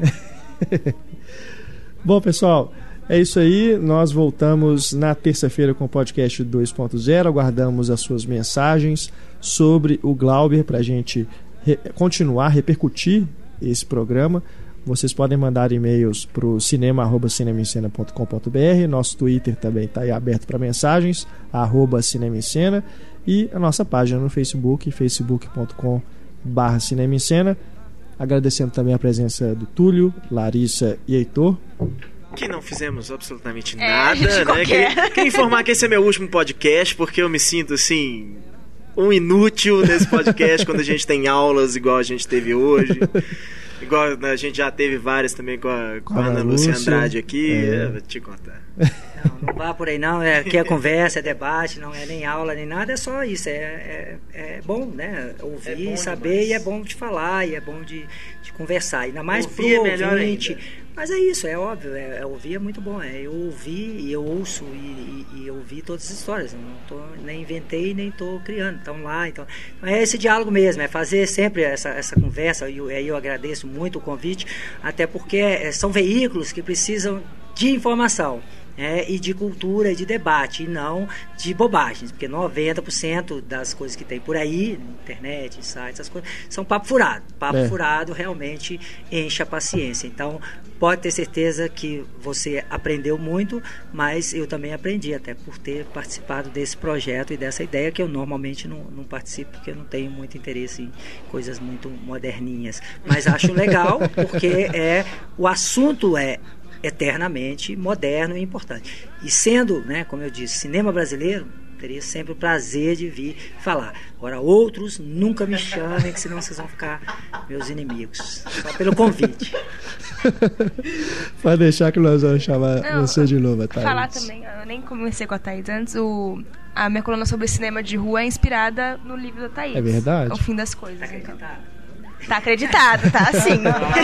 Bom, pessoal, é isso aí. Nós voltamos na terça-feira com o podcast dois ponto zero. Aguardamos as suas mensagens sobre o Glauber para a gente re- continuar, repercutir esse programa. Vocês podem mandar e-mails para o cinema arroba cinemaencena ponto com ponto b r. Nosso Twitter também está aí aberto para mensagens, arroba cinemaencena, e a nossa página no Facebook, facebook ponto com barra cinemaencena. Agradecendo também a presença do Túlio, Larissa e Heitor. Que não fizemos absolutamente é, nada, né? Queria, queria informar que esse é meu último podcast, porque eu me sinto assim... um inútil nesse podcast quando a gente tem aulas igual a gente teve hoje. Igual a gente já teve várias também com a, com a Ana Lúcia Andrade aqui. É. Vou te contar. Não, não vá por aí não, é, aqui é conversa, é debate, não é nem aula, nem nada, é só isso, é, é, é bom, né, ouvir, é bom saber, demais. E é bom de falar, e é bom de, de conversar, ainda mais ouvir pro é ouvinte, mas é isso, é óbvio, é, é, ouvir é muito bom, é, eu ouvi e eu ouço e, e, e eu ouvi todas as histórias, não tô, nem inventei, nem estou criando, estão lá, então, é esse diálogo mesmo, é fazer sempre essa, essa conversa, e aí eu, eu agradeço muito o convite, até porque é, são veículos que precisam de informação. É, e de cultura e de debate, e não de bobagens, porque noventa por cento das coisas que tem por aí, internet, sites, essas coisas, são papo furado. Papo é. furado realmente enche a paciência. Então, pode ter certeza que você aprendeu muito, mas eu também aprendi, até por ter participado desse projeto e dessa ideia, que eu normalmente não, não participo, porque eu não tenho muito interesse em coisas muito moderninhas. Mas acho legal, porque é, o assunto é eternamente moderno e importante. E sendo, né, como eu disse, cinema brasileiro, teria sempre o prazer de vir falar. Agora, outros nunca me chamem, que senão vocês vão ficar meus inimigos. Só pelo convite. Pode deixar que nós vamos chamar Não, você de novo, Thaís. Falar também, eu nem comecei com a Thaís antes, o, a minha coluna sobre cinema de rua é inspirada no livro da Thaís. É verdade? É o fim das coisas. Tá então. Tá acreditado, tá assim.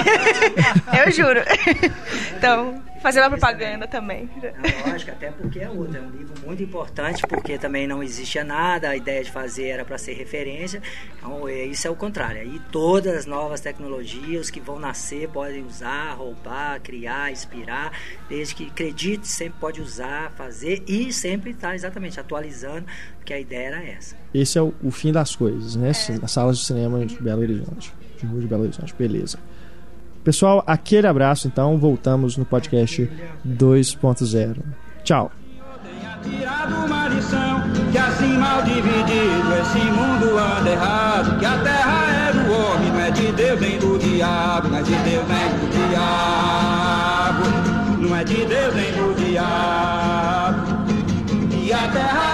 Eu juro. Então, fazendo a propaganda também. Não, lógico, até porque é outro. É um livro muito importante, porque também não existia nada, a ideia de fazer era para ser referência. Então, isso é o contrário. Aí todas as novas tecnologias que vão nascer podem usar, roubar, criar, inspirar, desde que acredite, sempre pode usar, fazer e sempre estar tá exatamente atualizando, porque a ideia era essa. Esse é o, o fim das coisas, né? É. Nas salas de cinema de Belo Horizonte. De Rua de Belo Horizonte, beleza. Pessoal, aquele abraço, então. Voltamos no podcast dois ponto zero. Tchau. Tirado uma lição, que assim mal dividido esse mundo anda errado, que a terra é do homem, não é de Deus nem do diabo, não é de Deus nem do diabo, não é de Deus nem do diabo, e a terra